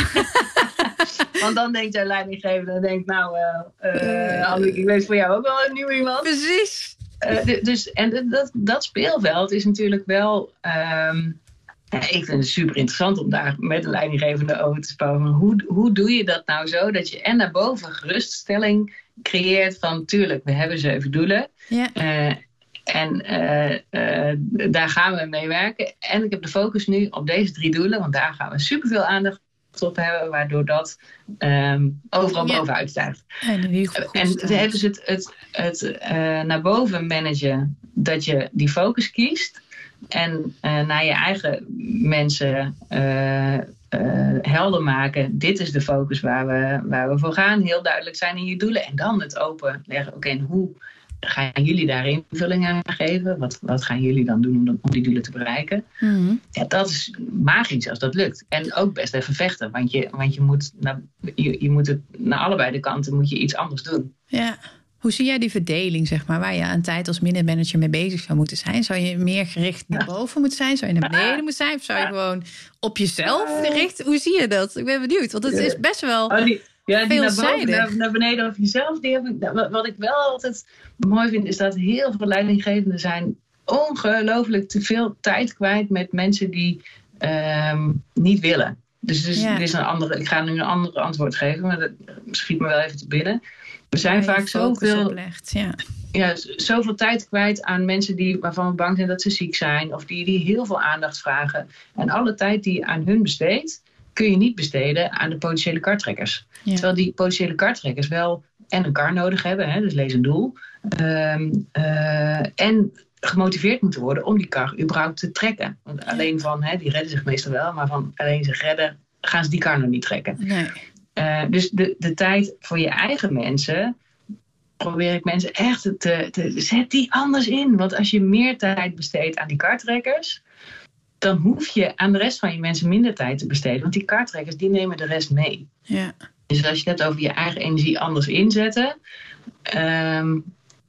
Want dan denkt jouw leidinggevende, denkt, nou, uh, uh, Annemiek, ik weet voor jou ook wel een nieuw iemand. Precies. Uh, dus, en dat, dat speelveld is natuurlijk wel... Um, ja, ik vind het super interessant om daar met een leidinggevende over te sparren. Hoe, hoe doe je dat nou zo dat je en naar boven geruststelling creëert van... tuurlijk, we hebben zeven doelen. Ja. Uh, en uh, uh, daar gaan we mee werken. En ik heb de focus nu op deze drie doelen. Want daar gaan we superveel aandacht op hebben, waardoor dat um, overal ja. bovenuit stijgt. En, en het is het, het, het uh, naar boven managen, dat je die focus kiest en uh, naar je eigen mensen uh, uh, helder maken. Dit is de focus waar we, waar we voor gaan. Heel duidelijk zijn in je doelen. En dan het open leggen. Oké, okay, en hoe gaan jullie daar invulling aan geven? Wat, wat gaan jullie dan doen om, om die doelen te bereiken? Mm-hmm. Ja, dat is magisch als dat lukt. En ook best even vechten. Want je, want je, moet, naar, je, je moet het naar allebei de kanten moet je iets anders doen. Ja. Hoe zie jij die verdeling, zeg maar, waar je aan tijd als middenmanager mee bezig zou moeten zijn? Zou je meer gericht naar boven moeten zijn? Zou je naar beneden moeten zijn? Of zou je gewoon op jezelf gericht? Hoe zie je dat? Ik ben benieuwd, want het is best wel... Oh, die... Ja, die naar, boven, naar, naar beneden over jezelf. Die heb ik, wat ik wel altijd mooi vind, is dat heel veel leidinggevenden zijn ongelooflijk te veel tijd kwijt met mensen die um, niet willen. Dus, dus ja. dit is een andere, ik ga nu een ander antwoord geven, maar dat schiet me wel even te binnen. We zijn ja, vaak zoveel, oplegt, ja. Ja, zoveel tijd kwijt aan mensen die, waarvan we bang zijn dat ze ziek zijn, of die, die heel veel aandacht vragen. En alle tijd die je aan hun besteedt, kun je niet besteden aan de potentiële kartrekkers. Ja. Terwijl die potentiële kartrekkers wel en een kar nodig hebben, hè, dus lees een doel. Um, uh, en gemotiveerd moeten worden om die kar überhaupt te trekken. Want ja. alleen van, hè, die redden zich meestal wel, maar van alleen zich redden gaan ze die kar nog niet trekken. Nee. Uh, dus de, de tijd voor je eigen mensen probeer ik mensen echt te, te... Zet die anders in. Want als je meer tijd besteedt aan die kartrekkers, dan hoef je aan de rest van je mensen minder tijd te besteden. Want die kartrekkers, die nemen de rest mee. Ja. Dus als je het over je eigen energie anders inzetten, um,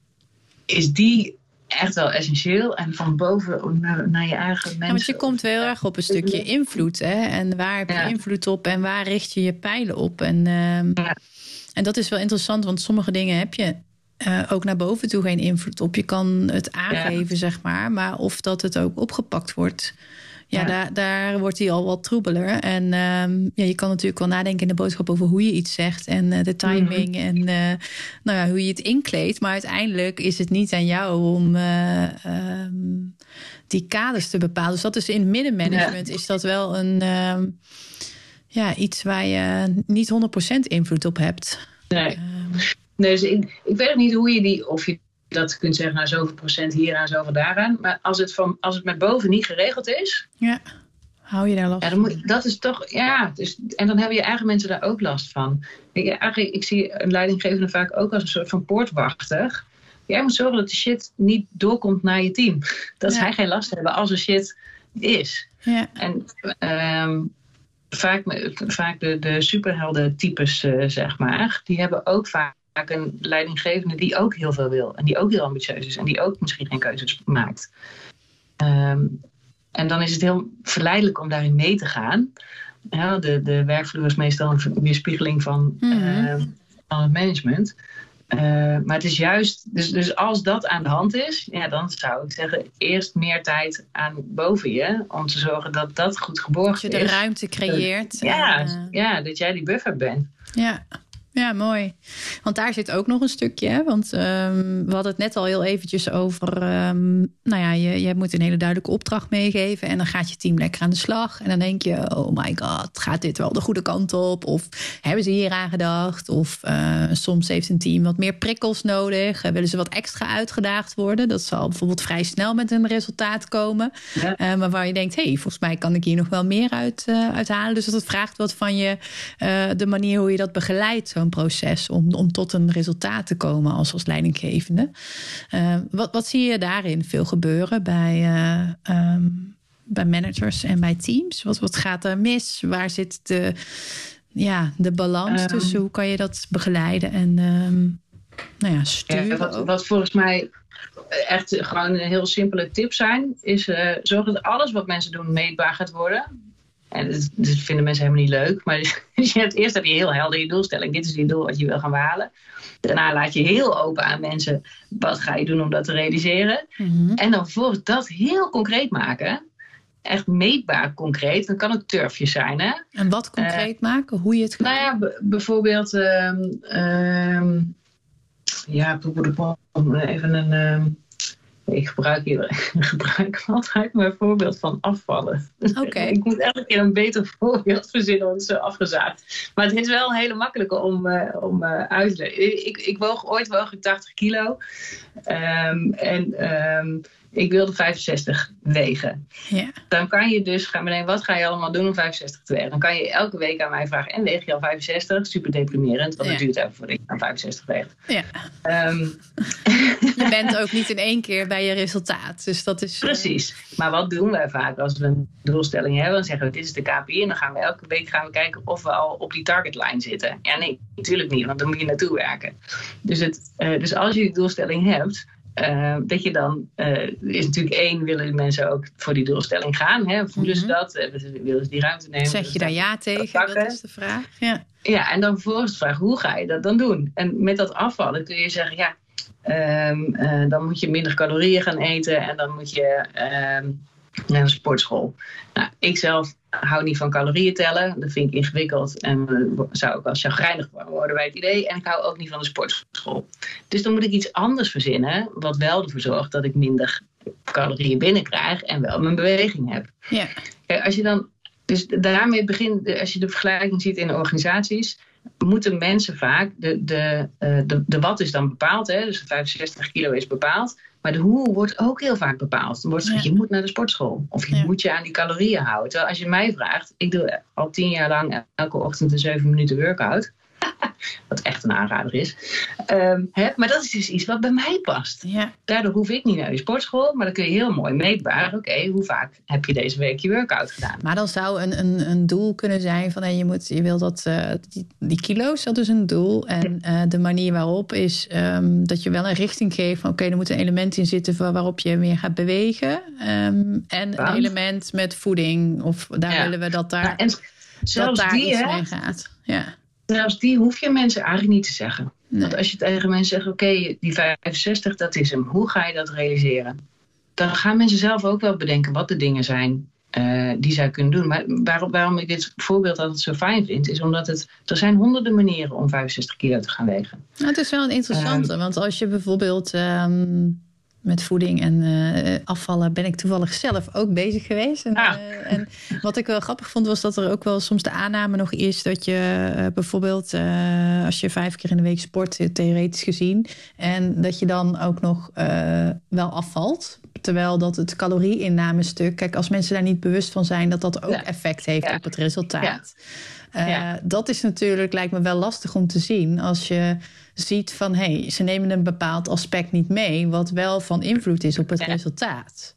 is die echt wel essentieel. En van boven naar, naar je eigen mensen. Ja, want je komt heel erg op een stukje invloed. Hè? En waar heb je ja. invloed op en waar richt je je pijlen op? En, um, ja. en dat is wel interessant, want sommige dingen heb je Uh, ook naar boven toe geen invloed op. Je kan het aangeven, ja. zeg maar. Maar of dat het ook opgepakt wordt, ja, ja. Daar, daar wordt hij al wat troebeler. En um, ja, je kan natuurlijk wel nadenken in de boodschap over hoe je iets zegt en uh, de timing mm-hmm. en uh, nou ja, hoe je het inkleedt. Maar uiteindelijk is het niet aan jou om uh, um, die kaders te bepalen. Dus dat is in middenmanagement ja. is dat wel een um, ja, iets waar je niet honderd procent invloed op hebt. Nee. Um, Nee, dus ik, ik weet ook niet hoe je die, of je dat kunt zeggen, nou zoveel procent hieraan, zoveel daaraan. Maar als het, van, als het met boven niet geregeld is, ja, hou je daar last ja, dan moet, dat is toch, ja. Dus, en dan hebben je eigen mensen daar ook last van. Ik, eigenlijk, ik zie een leidinggevende vaak ook als een soort van poortwachter. Jij moet zorgen dat de shit niet doorkomt naar je team. Dat ja. zij geen last hebben als er shit is. Ja. En um, vaak, vaak de, de superhelden types, uh, zeg maar, die hebben ook vaak een leidinggevende die ook heel veel wil. En die ook heel ambitieus is. En die ook misschien geen keuzes maakt. Um, en dan is het heel verleidelijk om daarin mee te gaan. Ja, de, de werkvloer is meestal een weerspiegeling van, mm-hmm. uh, van het management. Uh, maar het is juist... Dus, dus als dat aan de hand is, ja, dan zou ik zeggen, eerst meer tijd aan boven je. Om te zorgen dat dat goed geborgd is. Dat je de is. ruimte creëert. Uh, ja, en, uh... ja, dat jij die buffer bent. Ja. Ja, mooi. Want daar zit ook nog een stukje. Hè? Want um, we hadden het net al heel eventjes over... Um, nou ja, je, je moet een hele duidelijke opdracht meegeven... en dan gaat je team lekker aan de slag. En dan denk je, oh my god, gaat dit wel de goede kant op? Of hebben ze hier aan gedacht? Of uh, soms heeft een team wat meer prikkels nodig. Uh, willen ze wat extra uitgedaagd worden? Dat zal bijvoorbeeld vrij snel met een resultaat komen. Ja. Uh, maar waar je denkt, hé, hey, volgens mij kan ik hier nog wel meer uit, uh, uithalen. Dus dat vraagt wat van je, uh, de manier hoe je dat begeleidt... zo'n proces om, om tot een resultaat te komen als, als leidinggevende. Uh, wat, wat zie je daarin veel gebeuren bij, uh, um, bij managers en bij teams? Wat, wat gaat er mis? Waar zit de, ja, de balans um, tussen? Hoe kan je dat begeleiden en um, nou ja, sturen? Ja, wat, wat volgens mij echt gewoon een heel simpele tip zijn, is uh, zorg dat alles wat mensen doen meetbaar gaat worden. En dat, dat vinden mensen helemaal niet leuk. Maar dus je hebt, eerst heb je heel helder je doelstelling. Dit is je doel wat je wil gaan behalen. Daarna laat je heel open aan mensen. Wat ga je doen om dat te realiseren? Mm-hmm. En dan vervolgens dat heel concreet maken. Echt meetbaar concreet. Dan kan het turfjes zijn. Hè? En wat concreet uh, maken? Hoe je het gaat Nou ja, b- bijvoorbeeld... Um, um, ja, even een... Um, Ik gebruik, hier, gebruik altijd mijn voorbeeld van afvallen. Okay. Ik moet elke keer een beter voorbeeld verzinnen, want het is zo afgezaagd. Maar het is wel een hele makkelijke om, uh, om uh, uit te leggen. Ik, ik woog, ooit woog ik tachtig kilo. Um, en um, ik wilde vijfenzestig wegen. Yeah. Dan kan je dus gaan bedenken, wat ga je allemaal doen om vijfenzestig te wegen? Dan kan je elke week aan mij vragen, en weeg je al vijfenzestig? Super deprimerend, want yeah. het duurt even voordat je aan vijfenzestig weegt. Yeah. Um, je bent ook niet in één keer bij je resultaat. Dus dat is, precies. Uh... Maar wat doen wij vaak als we een doelstelling hebben? Dan zeggen we, dit is de K P I. En dan gaan we elke week gaan we kijken of we al op die targetline zitten. Ja, nee, natuurlijk niet, want dan moet je naartoe werken. Dus, het, uh, dus als je die doelstelling hebt... Uh, dat je dan, uh, is natuurlijk één, willen mensen ook voor die doelstelling gaan. Hè? Voelen ze dat? Uh, willen ze die ruimte nemen? Zeg je daar ja tegen? Dat, dat is de vraag. Ja. ja, en dan vervolgens de vraag, hoe ga je dat dan doen? En met dat afvallen kun je zeggen, ja, um, uh, dan moet je minder calorieën gaan eten en dan moet je um, naar een sportschool. Nou, ik zelf hou niet van calorieën tellen. Dat vind ik ingewikkeld en uh, zou ook wel chagrijnig worden bij het idee. En ik hou ook niet van de sportschool. Dus dan moet ik iets anders verzinnen, wat wel ervoor zorgt dat ik minder calorieën binnenkrijg en wel mijn beweging heb. Ja. Kijk, als je dan, dus daarmee begint, als je de vergelijking ziet in organisaties, moeten mensen vaak, de, de, de, de wat is dan bepaald, hè? Dus vijfenzestig kilo is bepaald, maar de hoe wordt ook heel vaak bepaald. Dan wordt gezegd, ja. je moet naar de sportschool of je ja. moet je aan die calorieën houden. Terwijl als je mij vraagt, ik doe al tien jaar lang elke ochtend een zeven minuten workout. Wat echt een aanrader is. Um, hè, maar dat is dus iets wat bij mij past. Ja. Daardoor hoef ik niet naar die sportschool. Maar dan kun je heel mooi meetbaar. Oké, okay, hoe vaak heb je deze week je workout gedaan? Maar dan zou een, een, een doel kunnen zijn van... Hey, je, moet, je wil dat uh, die, die kilo's, dat is een doel. En uh, de manier waarop is um, dat je wel een richting geeft. Van oké, okay, er moet een element in zitten waarop je meer gaat bewegen. Um, en ja. een element met voeding. Of daar ja. willen we dat daar, ja, en dat daar die, iets hè? mee gaat. Ja. Zelfs die hoef je mensen eigenlijk niet te zeggen. Nee. Want als je tegen mensen zegt, oké, okay, die vijfenzestig, dat is hem. Hoe ga je dat realiseren? Dan gaan mensen zelf ook wel bedenken wat de dingen zijn uh, die zij kunnen doen. Maar waarom, waarom ik dit voorbeeld altijd zo fijn vind, is omdat het, er zijn honderden manieren om vijfenzestig kilo te gaan wegen. Nou, het is wel een interessante, um, want als je bijvoorbeeld... Um... met voeding en uh, afvallen ben ik toevallig zelf ook bezig geweest. En, ah. uh, en wat ik wel grappig vond, was dat er ook wel soms de aanname nog is... dat je uh, bijvoorbeeld, uh, als je vijf keer in de week sport, theoretisch gezien... en dat je dan ook nog uh, wel afvalt. Terwijl dat het calorie-innamestuk... Kijk, als mensen daar niet bewust van zijn... dat dat ook ja. effect heeft ja. op het resultaat. Ja. Uh, ja. Dat is natuurlijk, lijkt me wel lastig om te zien... als je ziet van, hé, hey, ze nemen een bepaald aspect niet mee... wat wel van invloed is op het ja. resultaat.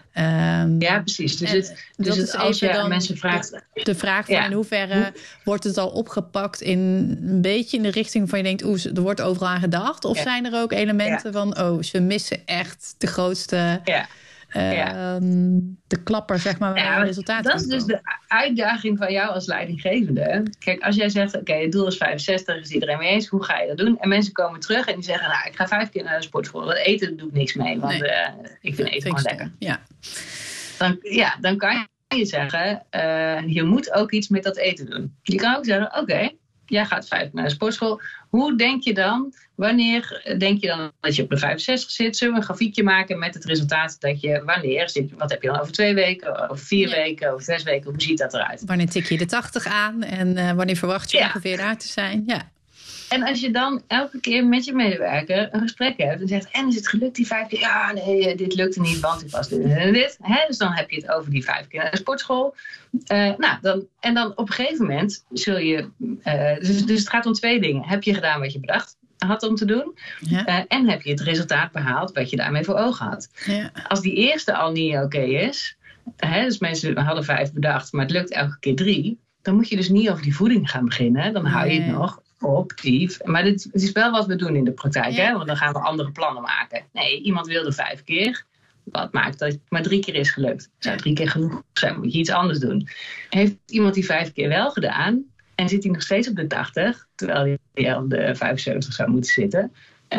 Ja, um, ja precies. Dus, het, dus het, als je aan mensen vraagt... De, de vraag van ja. in hoeverre Hoe? wordt het al opgepakt... in een beetje in de richting van je denkt... oeh, er wordt overal aan gedacht. Of ja. zijn er ook elementen ja. van... oh, ze missen echt de grootste... Ja. Uh, ja. de klapper, zeg maar, waar ja, resultaat dat is dus de uitdaging van jou als leidinggevende. Kijk, als jij zegt, oké, okay, het doel is vijfenzestig, is iedereen mee eens, hoe ga je dat doen? En mensen komen terug en die zeggen, nou, ik ga vijf keer naar de sportschool. Dat eten doe ik niks mee, want nee. uh, ik vind eten gewoon lekker. Ja. Dan, ja, dan kan je zeggen, uh, je moet ook iets met dat eten doen. Je kan ook zeggen, oké, okay, jij gaat vijf keer naar de sportschool. Hoe denk je dan, wanneer denk je dan dat je op de vijfenzestig zit? Zullen we een grafiekje maken met het resultaat dat je, wanneer zit, wat heb je dan over twee weken, over vier ja. weken, over zes weken, hoe ziet dat eruit? Wanneer tik je de tachtig aan en uh, wanneer verwacht je ja. ongeveer daar te zijn? Ja. En als je dan elke keer met je medewerker een gesprek hebt en zegt, en is het gelukt die vijf keer? Ja, nee, dit lukte niet, want ik was dit en dit. Hè? Dus dan heb je het over die vijf keer naar de sportschool. Uh, nou, dan, en dan op een gegeven moment zul je... Uh, dus, dus het gaat om twee dingen. Heb je gedaan wat je bedacht had om te doen? Ja. Uh, en heb je het resultaat behaald wat je daarmee voor ogen had? Ja. Als die eerste al niet oké okay is... hè, dus mensen hadden vijf bedacht, maar het lukt elke keer drie. Dan moet je dus niet over die voeding gaan beginnen. Dan hou je het nog op die. Maar dit, het is wel wat we doen in de praktijk. Ja. Hè? Want dan gaan we andere plannen maken. Nee, iemand wilde vijf keer. Wat maakt dat het maar drie keer is gelukt? Zou drie keer genoeg zijn? Moet je iets anders doen? Heeft iemand die vijf keer wel gedaan? En zit hij nog steeds op de tachtig? Terwijl hij op de vijfenzeventig zou moeten zitten.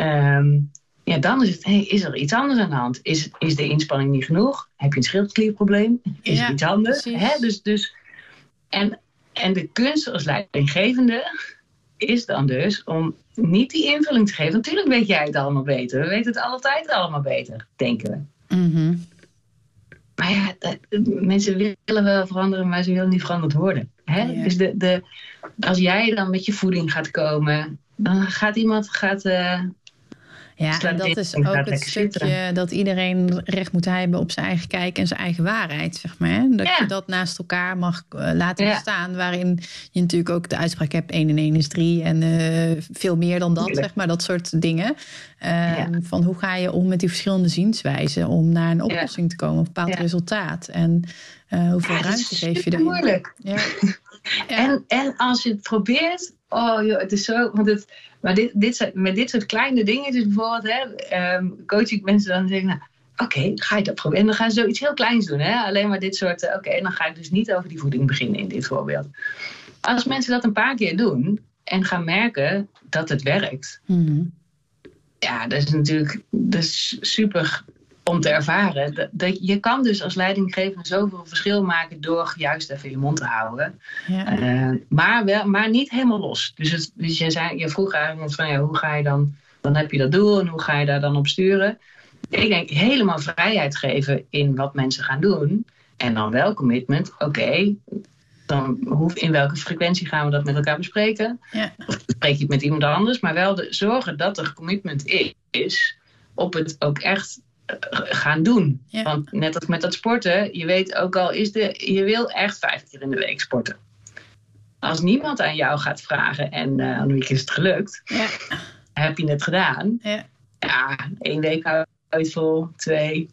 Um, ja, dan is het, hey, is er iets anders aan de hand? Is, is de inspanning niet genoeg? Heb je een schildklierprobleem? Is ja, er iets anders? Hè? Dus, dus, en, en de kunst als leidinggevende is dan dus om niet die invulling te geven. Natuurlijk weet jij het allemaal beter. We weten het altijd allemaal beter, denken we. Mm-hmm. Maar ja, dat, mensen willen wel veranderen, maar ze willen niet veranderd worden. Hè? Ja. Dus de, de, als jij dan met je voeding gaat komen, dan gaat iemand... Gaat, uh, Ja, en dat is ook het stukje zitten. Dat iedereen recht moet hebben op zijn eigen kijk en zijn eigen waarheid, zeg maar. Dat ja. je dat naast elkaar mag uh, laten ja. bestaan, waarin je natuurlijk ook de uitspraak hebt één en één is drie en uh, veel meer dan dat, Tuurlijk. zeg maar, dat soort dingen. Uh, ja. Van hoe ga je om met die verschillende zienswijzen om naar een oplossing ja. te komen, een bepaald ja. resultaat. En uh, hoeveel ja, ruimte geef je daarin? Moeilijk. Ja. ja. En, en als je het probeert, oh joh, het is zo, want het... Maar dit, dit, met dit soort kleine dingetjes bijvoorbeeld, hè, um, coach ik mensen dan en zeg ik, nou, oké, okay, ga je dat proberen. En dan gaan ze zoiets heel kleins doen, hè? Alleen maar dit soort, uh, oké, okay, dan ga ik dus niet over die voeding beginnen in dit voorbeeld. Als mensen dat een paar keer doen en gaan merken dat het werkt, mm-hmm. ja, dat is natuurlijk dat is super om te ervaren. Dat, dat, je kan dus als leidinggevende zoveel verschil maken door juist even je mond te houden. Ja. Uh, maar, wel, maar niet helemaal los. Dus, het, dus je, zei, je vroeg eigenlijk van ja, hoe ga je dan, dan heb je dat doel en hoe ga je daar dan op sturen? Ik denk helemaal vrijheid geven in wat mensen gaan doen. En dan wel commitment. Oké, okay, dan hoe, in welke frequentie gaan we dat met elkaar bespreken? Ja. Of bespreek je het met iemand anders? Maar wel de, zorgen dat er commitment is op het ook echt gaan doen. Ja. Want net als met dat sporten, je weet ook al, is de, je wil echt vijf keer in de week sporten. Als niemand aan jou gaat vragen en uh, Annemiek is het gelukt, ja. heb je het gedaan? Ja, ja één week hou je het vol, twee.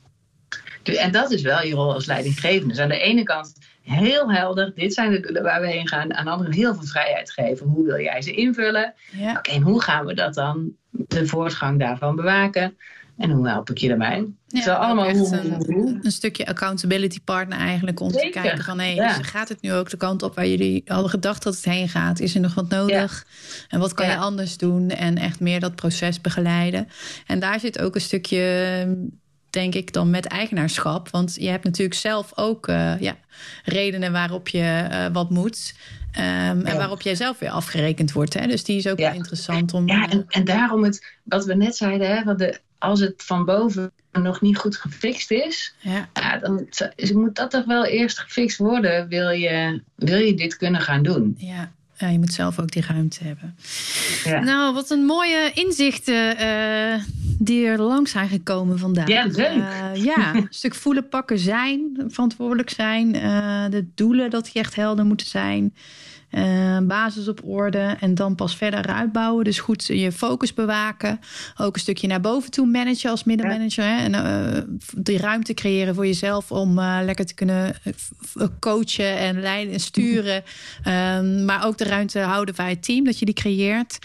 En dat is wel je rol als leidinggevende. Dus aan de ene kant heel helder, dit zijn de doelen waar we heen gaan. Aan de andere kant heel veel vrijheid geven. Hoe wil jij ze invullen? Ja. Oké, okay, en hoe gaan we dat dan, de voortgang daarvan bewaken? En hoe help ik je daarbij? Ja, Zo allemaal hoe, een, hoe. een stukje accountability partner eigenlijk. Om Zeker. te kijken van, hé, hey, ja. dus gaat het nu ook de kant op waar jullie hadden gedacht dat het heen gaat? Is er nog wat nodig? Ja. En wat kan ja. je anders doen? En echt meer dat proces begeleiden. En daar zit ook een stukje, denk ik, dan met eigenaarschap. Want je hebt natuurlijk zelf ook uh, ja, redenen waarop je uh, wat moet. Um, ja. En waarop jij zelf weer afgerekend wordt. Hè? Dus die is ook ja. wel interessant om... Ja, en, en daarom het, wat we net zeiden, hè, wat de, als het van boven nog niet goed gefixt is, ja. Ja, dan moet dat toch wel eerst gefixt worden. Wil je, wil je dit kunnen gaan doen? Ja. Ja, je moet zelf ook die ruimte hebben. Ja. Nou, wat een mooie inzichten uh, die er langs zijn gekomen vandaag. Ja, leuk. Uh, ja, een stuk voelen, pakken, zijn, verantwoordelijk zijn. Uh, de doelen, dat die echt helder moeten zijn. Uh, basis op orde en dan pas verder uitbouwen. Dus goed je focus bewaken. Ook een stukje naar boven toe managen als middenmanager. Ja. Hè? En uh, die ruimte creëren voor jezelf om uh, lekker te kunnen coachen en leiden en sturen. Um, maar ook de ruimte houden bij het team, dat je die creëert.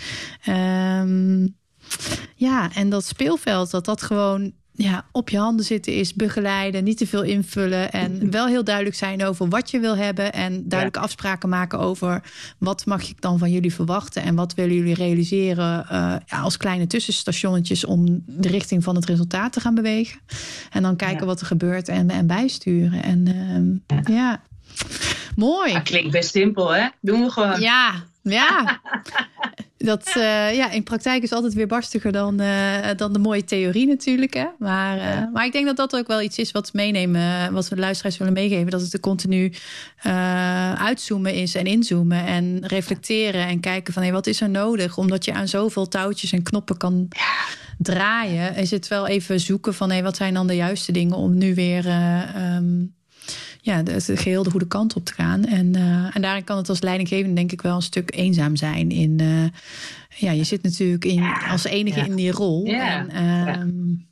Um, ja, en dat speelveld, dat dat gewoon... Ja, op je handen zitten is begeleiden, niet te veel invullen en wel heel duidelijk zijn over wat je wil hebben en duidelijke ja. afspraken maken over wat mag ik dan van jullie verwachten en wat willen jullie realiseren uh, ja, als kleine tussenstationnetjes om de richting van het resultaat te gaan bewegen. En dan kijken ja. wat er gebeurt en, en bijsturen. En uh, ja. ja, mooi. Dat klinkt best simpel, hè? Doen we gewoon. Ja, ja. Dat, uh, ja, in praktijk is altijd weer barstiger dan, uh, dan de mooie theorie natuurlijk. Hè? Maar, uh, ja. maar ik denk dat dat ook wel iets is wat we meenemen, wat we de luisteraars willen meegeven. Dat het er continu uh, uitzoomen is en inzoomen en reflecteren en kijken van hey, wat is er nodig? Omdat je aan zoveel touwtjes en knoppen kan draaien, is het wel even zoeken van hey, wat zijn dan de juiste dingen om nu weer... Uh, um, ja, het geheel de goede kant op te gaan. En, uh, en daarin kan het als leidinggevende denk ik wel een stuk eenzaam zijn. In, uh, ja, je zit natuurlijk in, als enige ja. in die rol. Ja. En, uh,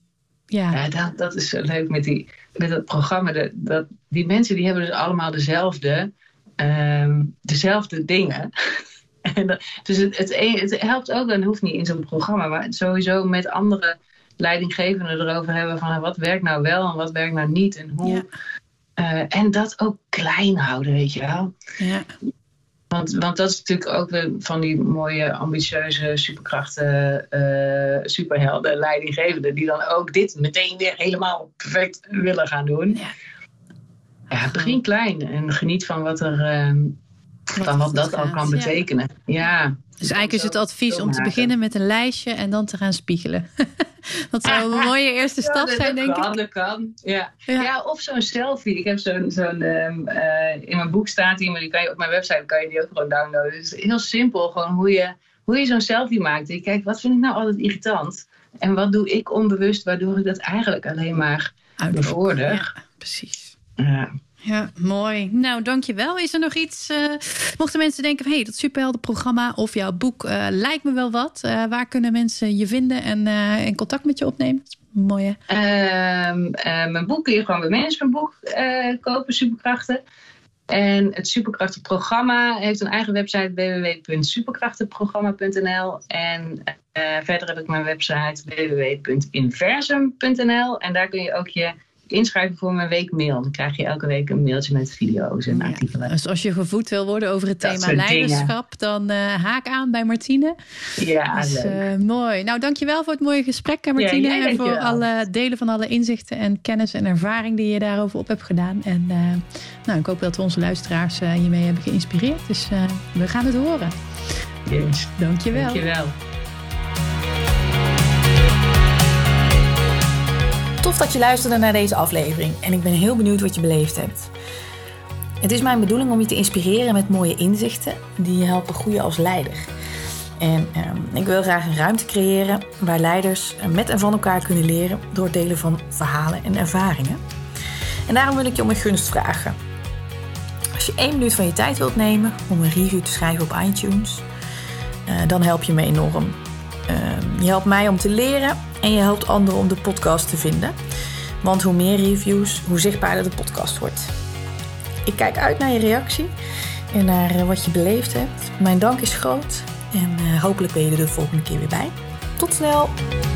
Ja, ja dat, dat is zo leuk met, die, met dat programma. De, dat, die mensen die hebben dus allemaal dezelfde, um, dezelfde dingen. en dat, dus het, het, het helpt ook, en hoeft niet in zo'n programma, maar sowieso met andere leidinggevenden erover hebben van wat werkt nou wel en wat werkt nou niet. En, hoe, ja. uh, en dat ook klein houden, weet je wel. Ja. Want, want dat is natuurlijk ook weer van die mooie, ambitieuze, superkrachten, uh, superhelden, leidinggevenden, die dan ook dit meteen weer helemaal perfect willen gaan doen. Ja, ja begin klein en geniet van wat er, uh, wat van wat dat al kan betekenen. Ja. ja. Dus eigenlijk is het advies om te beginnen met een lijstje en dan te gaan spiegelen. Dat zou een mooie eerste stap ja, zijn, denk kan, ik. Dat kan, ja. Ja. ja, of zo'n selfie. Ik heb zo'n, zo'n um, uh, in mijn boek staat die, maar die kan je op mijn website kan je die ook gewoon downloaden. Het is heel simpel, gewoon hoe je, hoe je zo'n selfie maakt. En je kijkt, wat vind ik nou altijd irritant? En wat doe ik onbewust, waardoor ik dat eigenlijk alleen maar bevorder? Ja, precies. Ja. Ja, mooi. Nou, dankjewel. Is er nog iets? Uh, mochten mensen denken van, hé, hey, dat superheldenprogramma of jouw boek uh, lijkt me wel wat. Uh, waar kunnen mensen je vinden en uh, in contact met je opnemen? Mooie. Uh, uh, mijn boek kun je gewoon bij Managementboek uh, kopen, Superkrachten. En het Superkrachtenprogramma heeft een eigen website, w w w punt superkrachtenprogramma punt n l. En uh, verder heb ik mijn website w w w punt inversum punt n l. En daar kun je ook je inschrijven voor mijn weekmail. Dan krijg je elke week een mailtje met video's en artikelen. Ja, dus als je gevoed wil worden over het dat thema leiderschap, dingen. dan uh, haak aan bij Martine. Ja, dus, leuk. Uh, mooi. Nou, dankjewel voor het mooie gesprek, Martine. Ja, en voor alle delen van alle inzichten en kennis en ervaring die je daarover op hebt gedaan. En uh, nou, ik hoop dat we onze luisteraars uh, hiermee hebben geïnspireerd. Dus uh, we gaan het horen. Yes. Dankjewel. Dankjewel. Tof dat je luisterde naar deze aflevering en ik ben heel benieuwd wat je beleefd hebt. Het is mijn bedoeling om je te inspireren met mooie inzichten die je helpen groeien als leider. En eh, ik wil graag een ruimte creëren waar leiders met en van elkaar kunnen leren door het delen van verhalen en ervaringen. En daarom wil ik je om een gunst vragen. Als je één minuut van je tijd wilt nemen om een review te schrijven op iTunes, uh, dan help je me enorm. Uh, je helpt mij om te leren en je helpt anderen om de podcast te vinden. Want hoe meer reviews, hoe zichtbaarder de podcast wordt. Ik kijk uit naar je reactie en naar uh, wat je beleefd hebt. Mijn dank is groot en uh, hopelijk ben je er de volgende keer weer bij. Tot snel!